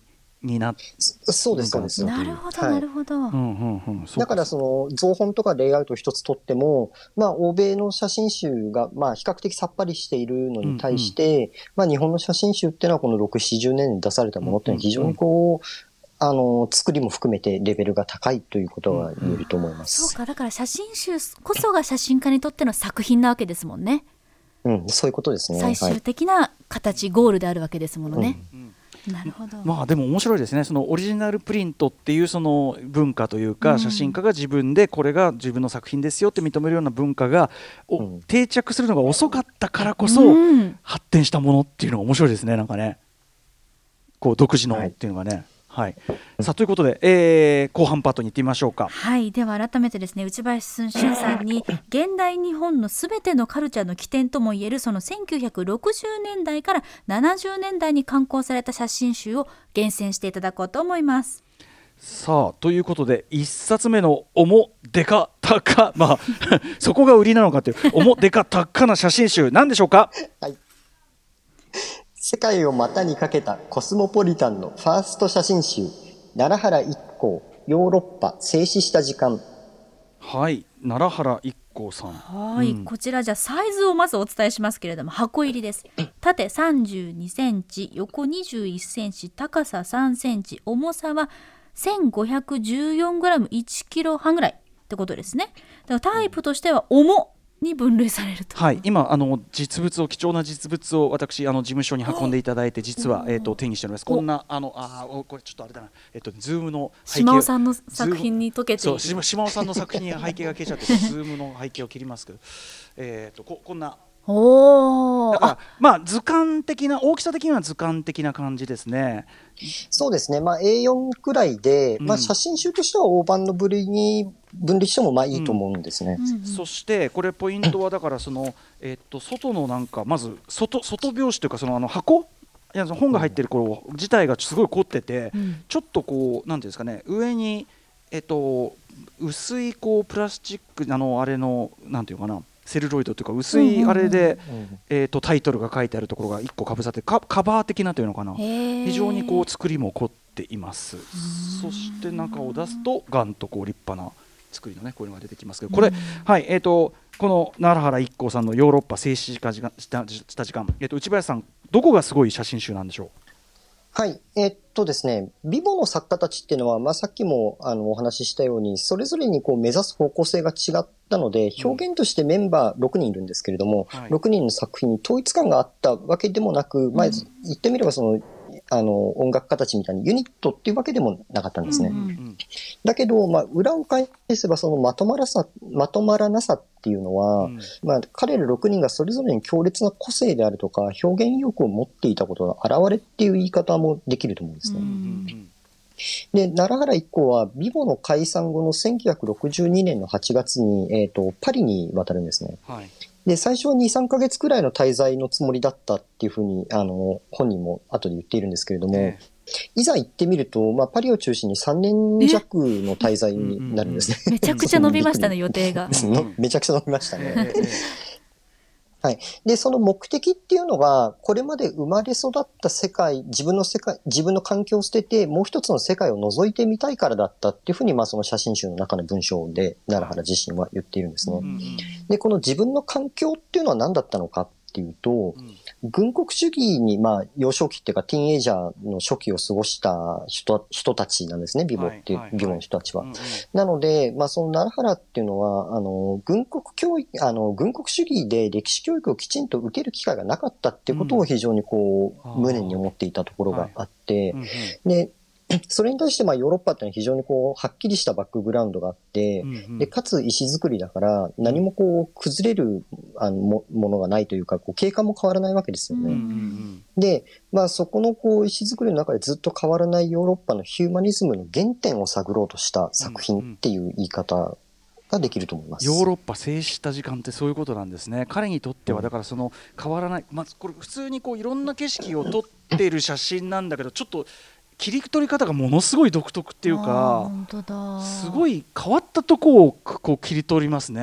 になってそうですそうです。 なるほどなるほど、はい、うんうんうん、だからその造本とかレイアウト一つとっても、まあ、欧米の写真集がまあ比較的さっぱりしているのに対して、うんうん、まあ、日本の写真集っていうのはこのろくじゅう、ななじゅうねんに出されたものっていうのは非常にこう、あの作りも含めてレベルが高いということが言えると思います、 うん、そうか、だから写真集こそが写真家にとっての作品なわけですもんね。 うん、そういうことですね。 最終的な形、はい、ゴールであるわけですものね、うんうん、なるほど。 まあでも面白いですね。そのオリジナルプリントっていうその文化というか、うん、写真家が自分でこれが自分の作品ですよって認めるような文化が、うん、定着するのが遅かったからこそ、うん、発展したものっていうのが面白いですね。なんかね、こう独自のっていうのがね、はいはい、さあということで、えー、後半パートに行ってみましょうか。 はい、では改めてですね、内林俊さんに現代日本のすべてのカルチャーの起点ともいえるそのせんきゅうひゃくろくじゅうねんだいからななじゅうねんだいに刊行された写真集を厳選していただこうと思います。 さあということでいっさつめのおもでかたか、まあそこが売りなのかというおもでかたかな写真集なんでしょうか。 はい、世界を股にかけたコスモポリタンのファースト写真集、奈良原一行ヨーロッパ静止した時間。 はい、奈良原一行さん。 はい、うん、こちらじゃサイズをまずお伝えしますけれども、箱入りです。縦さんじゅうにセンチ、横にじゅういっセンチ、高ささんセンチ、重さはせんごひゃくじゅうよんグラム、いちキロはんぐらいってことですね。だからタイプとしては重に分類されると。 はい、今あの実物を貴重な実物を私あの事務所に運んでいただいて、実は、えー、と手にしております。こんなあのあこれちょっとあれだな、えっ、ー、とズームの背景、 島尾さんの作品に溶けている。 そう、島尾さんの作品に背景が消えちゃってズームの背景を切りますけど、えー、と こ, こんなおだからまあ図鑑的な大きさ的には図鑑的な感じですね。 そうですね、まあ、エーよん くらいで、うん、まあ、写真集としては大判の部類に分離してもまあいいと思うんですね、 うんうんうん、そしてこれポイントはだからその、えー、っと外のなんかまず 外, 外表紙というかそのあの箱いや本が入ってる頃自体がすごい凝ってて、うん、ちょっとこうなんていうんですかね、上にえー、っと薄いこうプラスチックあのあれのなんていうかなセルロイドというか薄いあれで、うんうんうん、えー、とタイトルが書いてあるところがいっこかぶさって カ, カバー的なというのかな、非常にこう作りも凝っています。そして中を出すとガンとこう立派な作りのねこういうのが出てきますけど、これ、はい、えー、とこの奈良原一行さんのヨーロッパ静止した時間、えー、と内林さんどこがすごい写真集なんでしょう。 はい、えー、っとですね、ビボの作家たちっていうのは、まあ、さっきもあのお話ししたように、それぞれにこう目指す方向性が違ったので、表現としてメンバーろくにんいるんですけれども、うん、ろくにんの作品に統一感があったわけでもなく、まあ、言ってみればその、あの音楽家たちみたいにユニットっていうわけでもなかったんですね。うんうんうん、だけど、まあ、裏を返せばそのまとまらさ、まとまらなさっていうのは、うん、まあ、彼らろくにんがそれぞれに強烈な個性であるとか表現意欲を持っていたことの表れっていう言い方もできると思うんですね。うんうん、で奈良原一行はビボの解散後のせんきゅうひゃくろくじゅうにねんのはちがつに、えーと、パリに渡るんですね。はい、で最初は にさんかげつくらいの滞在のつもりだったっていうふうにあの本人も後で言っているんですけれども、えー、いざ行ってみると、まあ、パリを中心にさんねんじゃくの滞在になるんですね。 めちゃくちゃ伸びましたね予定がめちゃくちゃ伸びましたね。えーはい。で、その目的っていうのは、これまで生まれ育った世界、自分の世界、自分の環境を捨てて、もう一つの世界を覗いてみたいからだったっていうふうに、まあその写真集の中の文章で、奈良原自身は言っているんですね。うんうん、で、この自分の環境っていうのは何だったのかっていうと、うん、軍国主義に、まあ幼少期っていうか、ティーンエイジャーの初期を過ごした人、人たちなんですね、ビボっていう、はいはいはい、ビボの人たちは。うんうん、なので、まあその奈良原っていうのは、あの、軍国教育、あの、軍国主義で歴史教育をきちんと受ける機会がなかったっていうことを非常にこう、うん、無念に思っていたところがあって、はい、で、それに対してまあヨーロッパってのは非常にこうはっきりしたバックグラウンドがあって、うんうん、でかつ石造りだから何もこう崩れるあの も, ものがないというかこう景観も変わらないわけですよね。うんうんうん、で、まあそこのこう石造りの中でずっと変わらないヨーロッパのヒューマニズムの原点を探ろうとした作品っていう言い方ができると思います。 ヨーロッパ静止した時間ってそういうことなんですね。彼にとってはだからその変わらない、まあ、これ普通にこういろんな景色を撮っている写真なんだけどちょっと切り取り方がものすごい独特っていうか、 本当だ、 すごい変わったとこをこう切り取りますね。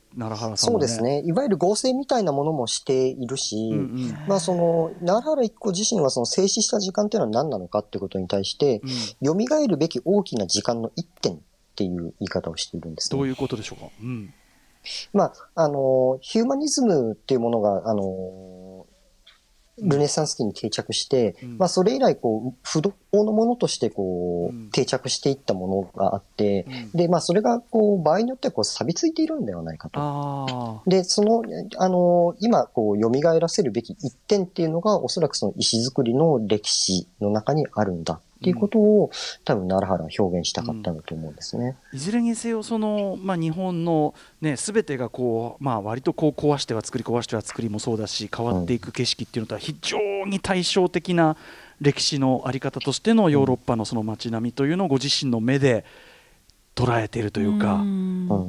奈良原さんはね。 そうですね。いわゆる合成みたいなものもしているし、うんうん、まあその、奈良原一行自身はその静止した時間っていうのは何なのかってことに対して、うん、蘇るべき大きな時間の一点っていう言い方をしているんですね。 どういうことでしょうか。うん、 まあ、あの、ヒューマニズムっていうものが、あの、ルネサンス期に定着して、うん、まあそれ以来こう不動のものとしてこう、うん、定着していったものがあって、うん、でまあそれがこう場合によってはこう錆びついているんではないかと。 あでそのあの今こう蘇らせるべき一点っていうのがおそらくその石造りの歴史の中にあるんだ。っていうことを多分奈良原は表現したかったんだと思うんですね。 うん、いずれにせよその、まあ、日本の、ね、全てがこう、まあ、割とこう壊しては作り壊しては作りもそうだし変わっていく景色っていうのとは非常に対照的な歴史の在り方としてのヨーロッパのその街並みというのをご自身の目で捉えているというか、うん、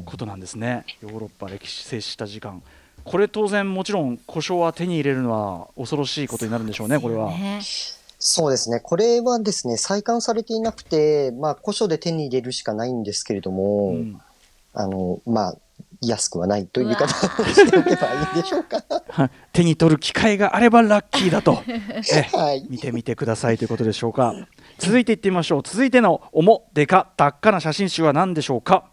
ことなんですね。ヨーロッパ歴史静止した時間、これ当然もちろん古書は手に入れるのは恐ろしいことになるんでしょうね。これはそうですね。これはですね、再刊されていなくて、まあ、古書で手に入れるしかないんですけれども、うん、あの、まあ、安くはないという言い方をしておけばいいんでしょうか。 手に取る機会があればラッキーだと、え、はい、見てみてくださいということでしょうか。続いていってみましょう。続いてのおもでかたっかな写真集は何でしょうか。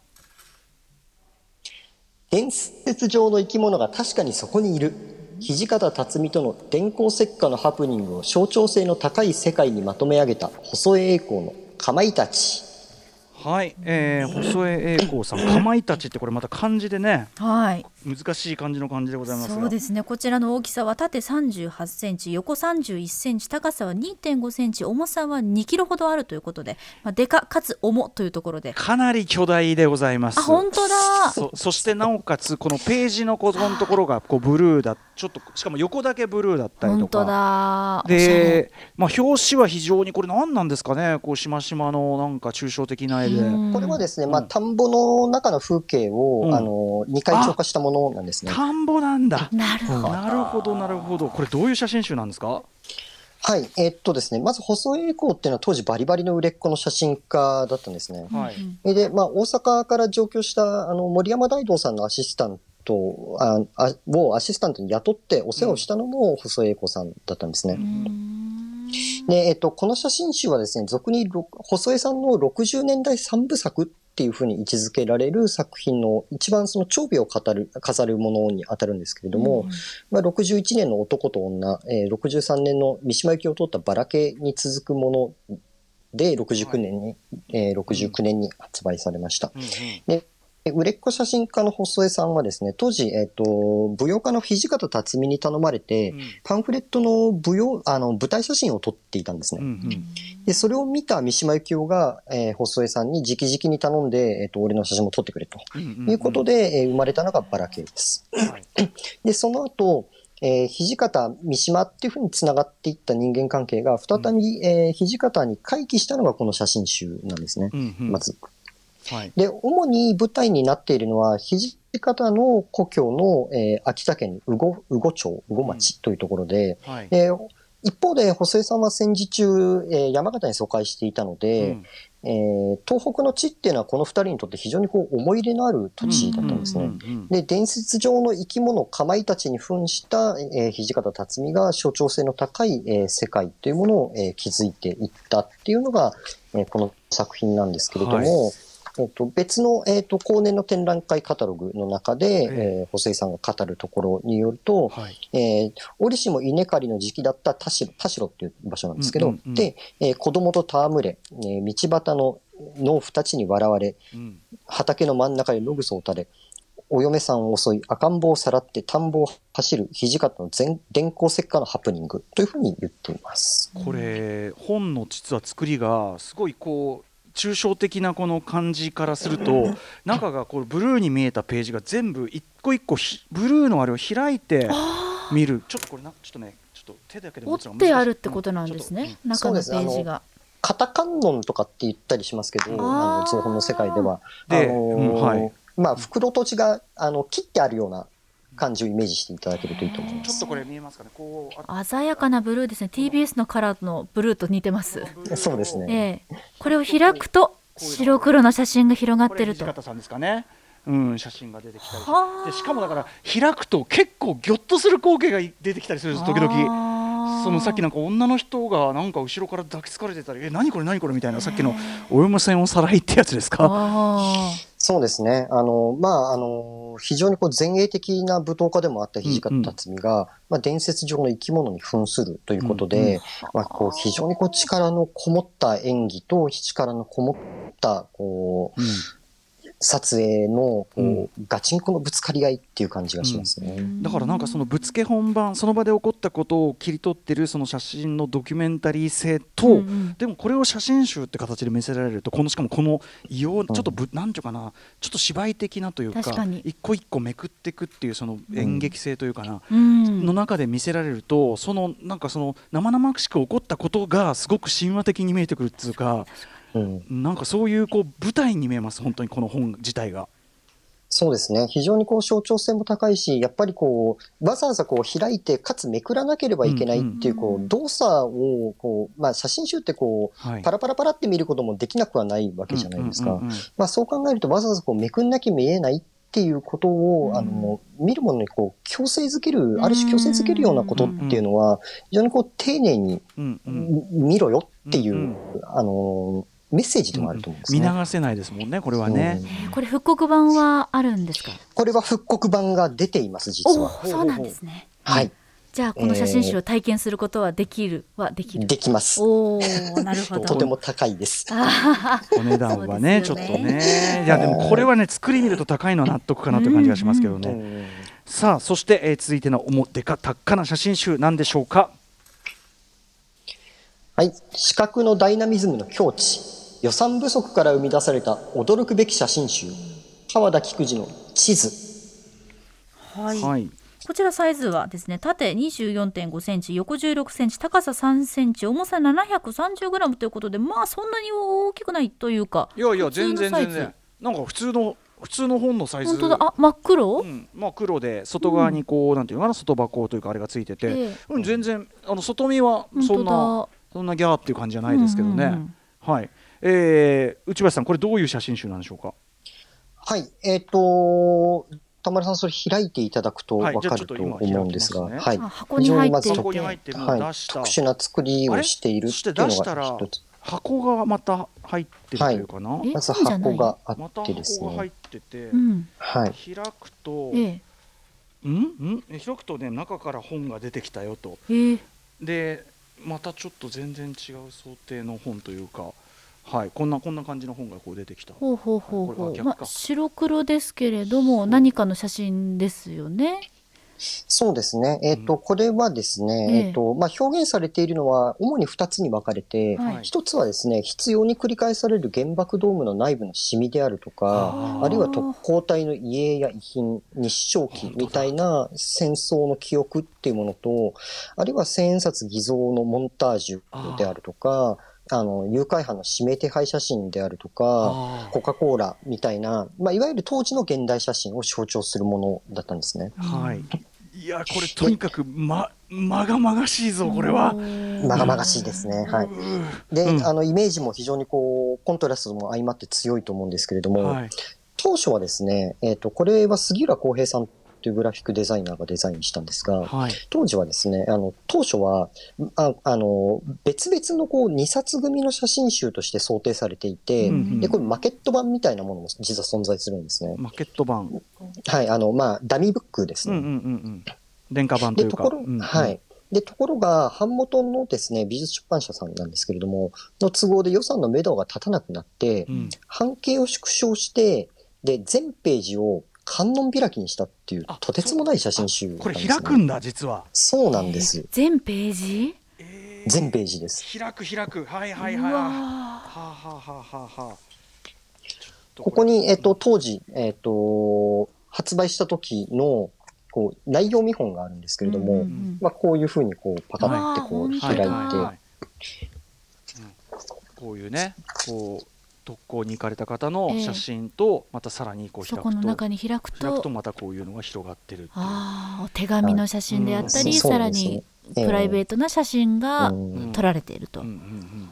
伝説上の生き物が確かにそこにいる。土方辰巳との電光石火のハプニングを象徴性の高い世界にまとめ上げた細江栄光のかまいたち。 はい、えー、細江栄光さん、かまいたちってこれまた漢字でね、 はい、 難しい漢字の漢字でございますが、 そうですね。こちらの大きさは縦さんじゅうはちセンチ、横さんじゅういっセンチ、高さは にてんごセンチ、重さはにキロほどあるということで、まあ、でかかつ重というところでかなり巨大でございます。 あ、本当だ。 そ, そしてなおかつこのページのこのところがこうブルーだ、ちょっとしかも横だけブルーだったりとか、 本当だで、まあ、表紙は非常にこれ何なんですかね、こうしましまのなんか抽象的な絵で、 これはですね、まあ、田んぼの中の風景を、うん、あのにかい超過したものなんですね。 田んぼなんだ。 なるほど、 なるほどなるほど。これどういう写真集なんですか。 はい、えー、っとですね、まず細江栄光っていうのは当時バリバリの売れっ子の写真家だったんですね。はい、で、まあ、大阪から上京したあの森山大道さんのアシスタントああをアシスタントに雇ってお世話をしたのも細江栄光さんだったんですね。うん、で、えー、っとこの写真集はですね、俗に細江さんのろくじゅうねんだいさんぶさくっていうふうに位置づけられる作品の一番その長尾を語る飾るものに当たるんですけれども、うん、まあ、ろくじゅういちねんの男と女、えー、ろくじゅうさんねんの三島由紀夫を取ったバラケに続くものでろくじゅうきゅうねんに、はい、えー、ろくじゅうきゅうねんに発売されました。うんうん、で売れっ子写真家の細江さんはですね、当時、えっと、舞踊家の土方辰巳に頼まれて、うん、パンフレットの舞踊、あの、舞台写真を撮っていたんですね。うんうん、で、それを見た三島由紀夫が、えー、細江さんに直々に頼んで、えっと、俺の写真も撮ってくれと、うんうんうん、いうことで、えー、生まれたのがバラケーです。はい、で、その後、えー、土方、三島っていう風に繋がっていった人間関係が、再び、うん、えー、土方に回帰したのがこの写真集なんですね。うんうん、まず。はい、で、主に舞台になっているのは、土方の故郷の、えー、秋田県羽後、羽後町、羽後町というところで、うん、はい、えー、一方で、細江さんは戦時中、えー、山形に疎開していたので、うん、えー、東北の地っていうのはこの二人にとって非常にこう思い入れのある土地だったんですね。で、伝説上の生き物、かまいたちに扮した、えー、土方辰巳が象徴性の高い、えー、世界というものを、えー、築いていったっていうのが、えー、この作品なんですけれども、はい、えっと、別の、えっと、後年の展覧会カタログの中で、えー、細井さんが語るところによると、はい、えー、折しも稲刈りの時期だった田代、田代っていう場所なんですけど、うんうんうん、で、えー、子供と戯れ、えー、道端の農夫たちに笑われ、うん、畑の真ん中で野草を垂れ、お嫁さんを襲い赤ん坊をさらって田んぼを走る土方の電光石火のハプニングというふうに言っています。 これ本の実は作りがすごいこう抽象的なこの感じからすると、中がこうブルーに見えたページが全部一個一個ブルーのあれを開いて見る。ちょっとこれなちょっとねちょっと手だけで持つのが難しい。 折ってあるってことなんですね、うん、中のページが。 カタカンノンとかって言ったりしますけど、あの造本の世界ではで、 あのーうんはい、まあ袋とじがあの切ってあるような感じをイメージしていただけるといいと思います。 ちょっとこれ見えますかね。こう鮮やかなブルーですね。 ティービーエス のカラーのブルーと似てます。 そうですね、 えー、これを開くと白黒の写真が広がってると。 これ土方さんですかね。 うん、写真が出てきたりしてでしかもだから開くと結構ギョッとする光景が出てきたりするんです時々。そのさっきなんか女の人がなんか後ろから抱きつかれてたりえ何これ何これみたいなさっきのお嫁さんをさらいってやつですか。 そうですね。あのまああの非常にこう前衛的な舞踏家でもあった土方辰巳が、うんうんまあ、伝説上の生き物に扮するということで、うんうんまあ、こう非常にこう力のこもった演技と力のこもったこう、うん撮影のこう、うん、ガチンコのぶつかり合いっていう感じがしますね、うん、 だからなんかそのぶつけ本番その場で起こったことを切り取ってるその写真のドキュメンタリー性と、うんうん、でもこれを写真集って形で見せられるとこのしかもこの異様ちょっとぶ、うん、なんていうかなちょっと芝居的なというか一個一個めくっていくっていうその演劇性というかな、うん、の中で見せられるとそのなんかその生々しく起こったことがすごく神話的に見えてくるっていうかうん、なんかそういうこう舞台に見えます本当にこの本自体が。 そうですね非常にこう象徴性も高いしやっぱりこうわざわざこう開いてかつめくらなければいけないっていうこう動作をこう、まあ、写真集ってこう、はい、パラパラパラって見ることもできなくはないわけじゃないですか。そう考えるとわざわざこうめくんなきゃ見えないっていうことを、うん、あの見るものにこう強制づけるある種強制づけるようなことっていうのは非常にこう丁寧に見ろよっていう、うんうん、あのメッセージでもあると思うんですね、 うん、見流せないですもんねこれはね、 うん、これ復刻版はあるんですか。 これは復刻版が出ています実は。 そうなんですね。 はい。 じゃあこの写真集を体験することはできるはできる。 できます。 おーなるほど。 とても高いです。 お値段はねちょっとねいやでもこれはね作り見ると高いのは納得かなという感じがしますけどね、うんうん、さあそして、えー、続いてのおもでか高な写真集なんでしょうか。 はい視覚のダイナミズムの境地予算不足から生み出された驚くべき写真集川田菊次の地図。 はい、はい、こちらサイズはですね縦 にじゅうよんてんごセンチ横じゅうろくセンチ高ささんセンチ重さななひゃくさんじゅうグラムということでまあそんなに大きくないというかいやいや全然全然なんか普通の普通の本のサイズ。 本当だあ真っ黒、 うん、まあ黒で外側にこう、うん、なんていうのかな外箱というかあれがついてて、えーうん、全然あの外見はそんなそんなギャーっていう感じじゃないですけどね、うんうんうん、はいえー、内橋さんこれどういう写真集なんでしょうか。 はいえっ、ー、と田丸さんそれ開いていただくと分かると思うんですが、はい、はい、 箱に入っていて、 箱に入ってるのを出した、 はい、特殊な作りをしているっていうのが一つ。 箱がまた入ってるというかな、はい、 まず箱があってですね、 また箱が入ってて、 うん、 はい、 開くと、 ええ、 んん開くとね中から本が出てきたよと、 ええ、 でまたちょっと全然違う想定の本というか、はい、こんなこんな感じの本がこう出てきた。 ほうほうほうほう、まあ、白黒ですけれども何かの写真ですよね。 そうですね、えーとうん、これはですね、えーえーとまあ、表現されているのは主にふたつに分かれて、はい、ひとつはですね必要に繰り返される原爆ドームの内部のシミであるとか あ, あるいは特攻隊の遺影や遺品日章旗みたいな戦争の記憶っていうものとあるいは千円札偽造のモンタージュであるとかあの誘拐犯の指名手配写真であるとかコカ・コーラみたいな、まあ、いわゆる当時の現代写真を象徴するものだったんですね。 はい、いやこれとにかくままがまがしいぞこれは。 まがまがしいですね。はい。で、うん、あのイメージも非常にこうコントラストも相まって強いと思うんですけれども、はい、当初はですね、えーと、これは杉浦康平さんというグラフィックデザイナーがデザインしたんですが、はい、当時はですね、あの当初はああの別々のこうにさつ組の写真集として想定されていて、うんうん、でこれマケット版みたいなものも実は存在するんですね。 マケット版、 はいあのまあダミーブックですね。 うんうんうんうん廉価版というか。 でところ、うんうん、はい。でところが版元のですね美術出版社さんなんですけれどもの都合で予算の目処が立たなくなって、うん、半径を縮小してで全ページを観音開きにしたっていうとてつもない写真集なんですね。 これ開くんだ実は。 そうなんです。 えー、全ページ？ えー、全ページです。 開く開くはいはいはい。はあはあはあはあ。 ここにえっと当時えっと発売した時のこう内容見本があるんですけれども、うんうん、まあこういう風にこうパカッてこう開いて、はいはいはいうん、こういうねこう。特攻に行かれた方の写真と、またさらにこう開くと、 そこの中に開くと、 開くとまたこういうのが広がってるっていう。 あ手紙の写真であったり、うん、さらにプライベートな写真が撮られていると。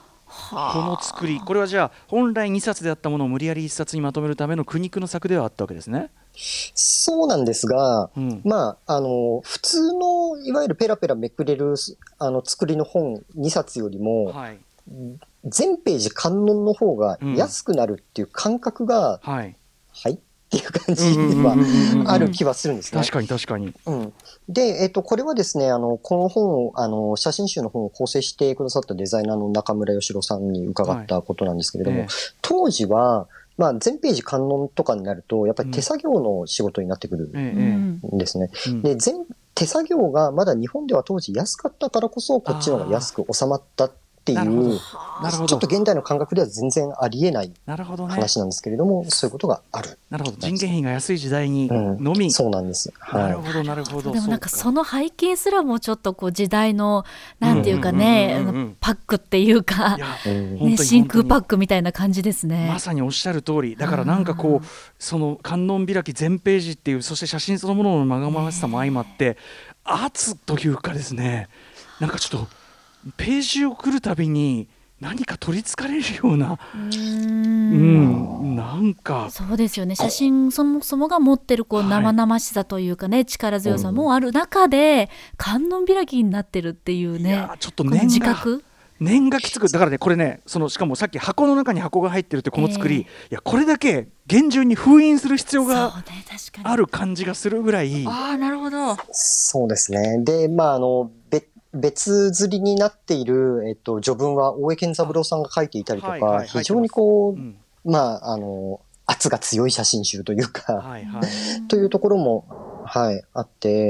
この作り、これはじゃあ本来にさつであったものを無理やりいっさつにまとめるための苦肉の策ではあったわけですね。 そうなんですが、うん、まあ、あの普通のいわゆるペラペラめくれるあの作りの本にさつよりも、はい、全ページ観音の方が安くなるっていう感覚が、うん、はい、はいっていう感じではある気はするんですね。 確かに確かに。 うん、で、えっと、これはですね、あの、この本を、あの、写真集の本を構成してくださったデザイナーの中村義郎さんに伺ったことなんですけれども、はいえー、当時は、まあ、全ページ観音とかになると、やっぱり手作業の仕事になってくるんですね。うん、で、全、手作業がまだ日本では当時安かったからこそ、こっちの方が安く収まったっていう、ちょっと現代の感覚では全然ありえない話なんですけれども、ね、そういうことがある。 なるほど。人件費が安い時代にのみ、 うん、そうなんです。 はい、なるほどなるほど。 でもなんかその背景すらもちょっとこう時代のなんていうかね、パックっていうか、ね、真空パックみたいな感じですね。 まさにおっしゃる通り。だからなんかこうその観音開き全ページっていう、そして写真そのもののまがまがしさも相まって、圧というかですね、なんかちょっとページを来るたびに何か取りつかれるような、うーん、うん、なんかそうですよね。写真そもそもが持ってるこう生々しさというかね、はい、力強さもある中で観音開きになってるっていうね、いやちょっと念が自覚念がきつく、だからねこれね、そのしかもさっき箱の中に箱が入ってるってこの作り、えー、いやこれだけ厳重に封印する必要がある感じがするぐらい。 ああ、なるほど。 そうですね。で、まああの別別釣りになっている、えっと、序文は大江健三郎さんが書いていたりとか、はいはい、非常にこう、うん、まあ、あの、圧が強い写真集というか、はいはい、というところも、はい、あって、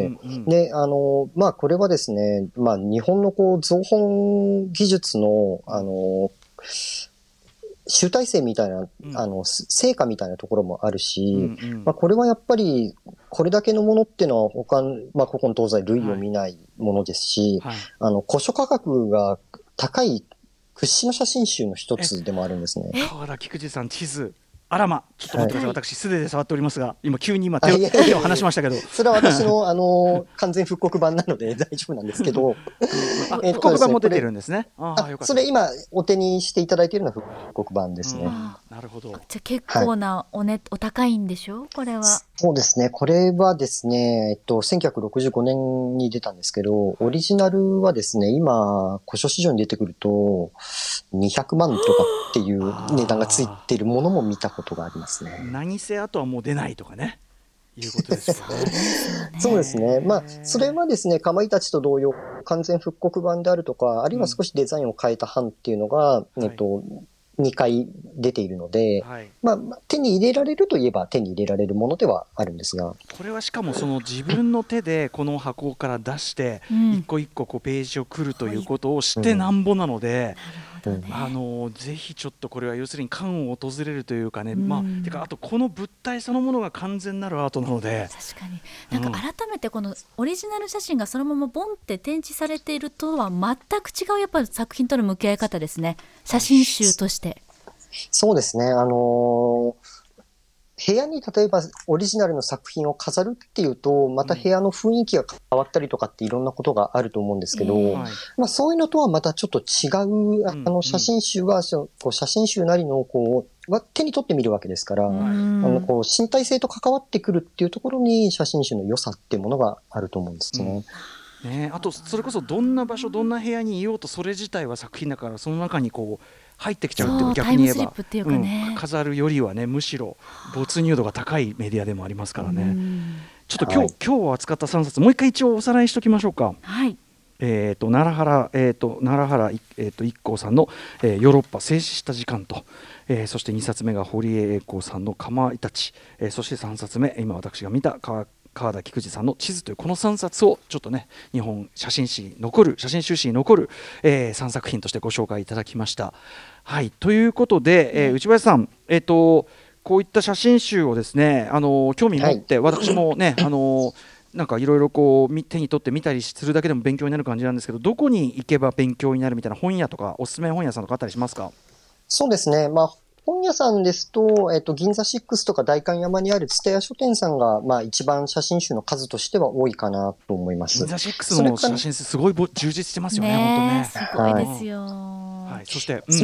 うんうん、で、あの、まあ、これはですね、まあ、日本のこう、造本技術の、あの、集大成みたいな、うん、あの、成果みたいなところもあるし、うんうん、まあ、これはやっぱり、これだけのものっていうのは他、まあ、古今東西類を見ないものですし、はいはい、あの、古書価格が高い屈指の写真集の一つでもあるんですね。 川田菊池さん、地図。あらま、ちょっと待ってください。はい、私、素手で触っておりますが、今、急に今手を、手を離しましたけど。 それは私の、あの、完全復刻版なので大丈夫なんですけど。 えっと、復刻版も出てるんですね。ああ、それ今、お手にしていただいているのは復刻版ですね。うん、 なるほど。 じゃ結構なおね、はい、お高いんでしょこれは。 そうですね。これはですね、えっと、せんきゅうひゃくろくじゅうごねんに出たんですけど、オリジナルはですね、今、古書市場に出てくると、にひゃくまんとかっていう値段がついているものも見たことがありますね。 何せあとはもう出ないとかね、いうことですよね。 そうですね。まあ、それはですね、かまいたちと同様、完全復刻版であるとか、あるいは少しデザインを変えた版っていうのが、うん、えっと、にかい出ているので、はい、まあ、手に入れられるといえば手に入れられるものではあるんですが、 これはしかもその自分の手でこの箱から出して一個一個こうページを来るということをしてなんぼなので、うん、あのぜひちょっとこれは要するに感を訪れるというかね、うん、まあてかあとこの物体そのものが完全なるアートなので、 確かになんか改めてこのオリジナル写真がそのままボンって展示されているとは全く違うやっぱり作品との向き合い方ですね、写真集として。 そうですね。あのー、部屋に例えばオリジナルの作品を飾るっていうと、また部屋の雰囲気が変わったりとかっていろんなことがあると思うんですけど、うん、まあそういうのとはまたちょっと違う、あの写真集は、こう写真集なりのこう、手に取ってみるわけですから、うん、あのこう身体性と関わってくるっていうところに写真集の良さっていうものがあると思うんですね。 うんね、あとそれこそどんな場所どんな部屋にいようとそれ自体は作品だから、その中にこう入ってきちゃうっていう、逆に言えば、ね、うん、飾るよりはね、むしろ没入度が高いメディアでもありますからね。ちょっと今日、はい、今日扱ったさんさつもう一回一応おさらいしておきましょうか。 はい。 えー、と奈良原、えー、と奈良原、えー、と一行さんの、えー、ヨーロッパ静止した時間と、えー、そしてにさつめが堀江栄光さんのかまいたち、えー、そしてさんさつめ今私が見た川川田菊池さんの地図というこのさんさつをちょっとね、日本写真史に残る写真集史に残る、えー、さんさく品としてご紹介いただきました。はい、ということで、えー、内林さん、えー、とこういった写真集をですね、あの興味持って、はい、私もね、あのなんかいろいろこう手に取って見たりするだけでも勉強になる感じなんですけど、どこに行けば勉強になるみたいな本屋とかおすすめ本屋さんとかあったりしますか？ そうですね、まあ本屋さんですと、えっと、銀座シックスとか代官山にある蔦屋書店さんが、まあ一番写真集の数としては多いかなと思います。 銀座シックスの写真集すごい充実してますよね、 ね、 本当ね。 すごいですよ。 はいはい、そして、 うん、それ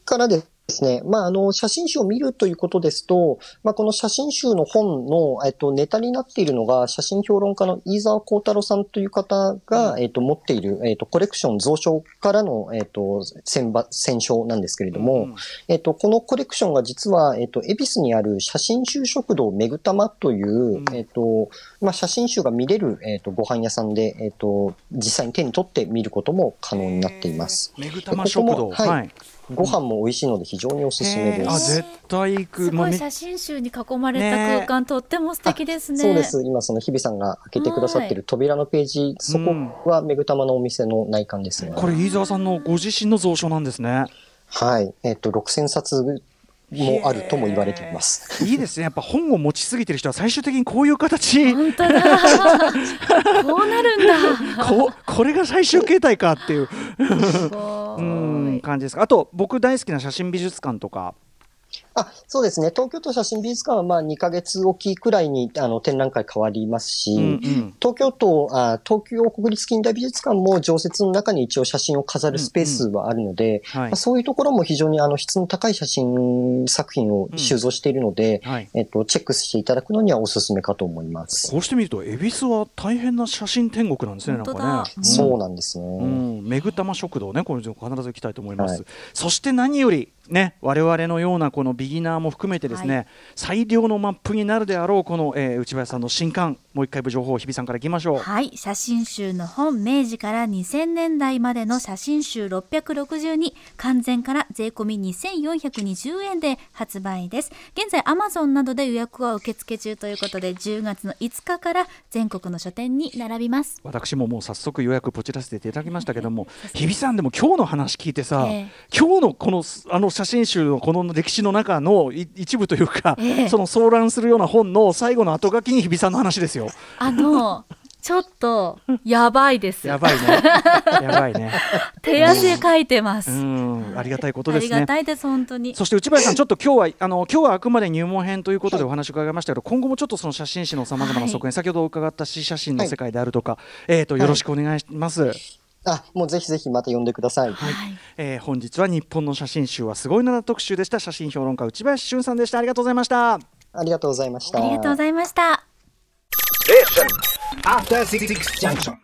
からですね、まあ、あの、写真集を見るということですと、まあ、この写真集の本の、えっと、ネタになっているのが、写真評論家の飯沢幸太郎さんという方が、うん、えっと、持っている、えっと、コレクション蔵書からの、えっと、選ば、選書なんですけれども、うん、えっと、このコレクションが実は、えっと、恵比寿にある写真集食堂めぐたまという、うん、えっと、まあ、写真集が見れる、えっと、ご飯屋さんで、えっと、実際に手に取って見ることも可能になっています。 めぐたま食堂。 はい。はい、ご飯も美味しいので非常におすすめです。 あ、絶対行く。 すごい写真集に囲まれた空間、ね、とっても素敵ですね。 そうです。今その日比さんが開けてくださっている扉のページ、そこはめぐたまのお店の内観ですね。 これ飯沢さんのご自身の蔵書なんですね。 はい。えっとろくせんさつもあるとも言われています。 いいですね。やっぱ本を持ちすぎてる人は最終的にこういう形。 本当だ。こうなるんだ。 ここれが最終形態かっていう。すごい。うん感じですか。あと僕大好きな写真美術館とか。 あ、そうですね。東京都写真美術館はまあにかげつおきくらいにあの展覧会変わりますし、うんうん、東京都あ、東京国立近代美術館も常設の中に一応写真を飾るスペースはあるので、うんうんはいまあ、そういうところも非常にあの質の高い写真作品を収蔵しているので、うんはいえっと、チェックしていただくのにはおすすめかと思います。 こうしてみると恵比寿は大変な写真天国なんですね。なんかね、 うん、そうなんですね。 うん、めぐたま食堂ね、これ必ず行きたいと思います。はい、そして何よりね、我々のようなこのビギナーも含めてですね、はい、最良のマップになるであろうこの、えー、内林さんの新刊、もう一回情報を日比さんからいきましょう。 はい、写真集の本、明治からにせんねんだいまでの写真集ろっぴゃくろくじゅうに、完全から税込みにせんよんひゃくにじゅうえんで発売です。現在 Amazon などで予約は受付中ということで、じゅうがつのいつかから全国の書店に並びます。 私ももう早速予約ポチらせていただきましたけども、日比さんでも今日の話聞いてさ、えー、今日のこのあの写真集のこの歴史の中の一部というか、ええ、その騒乱するような本の最後の後書きに日比さんの話ですよ。 あのちょっとやばいですやばいねやばいね手汗かいてます。 うんありがたいことですね。 ありがたいです本当に。 そして内林さん、ちょっと今日はあの今日はあくまで入門編ということでお話を伺いましたけど、はい、今後もちょっとその写真誌のさまざまな側面、はい、先ほど伺った詩写真の世界であるとか、はい、えーとよろしくお願いします。はい、 あ、もうぜひぜひまた呼んでください。 はいえー、本日は日本の写真集はすごいな特集でした。写真評論家内林俊さんでした。ありがとうございました。 ありがとうございました。 ありがとうございました。 After Six Junction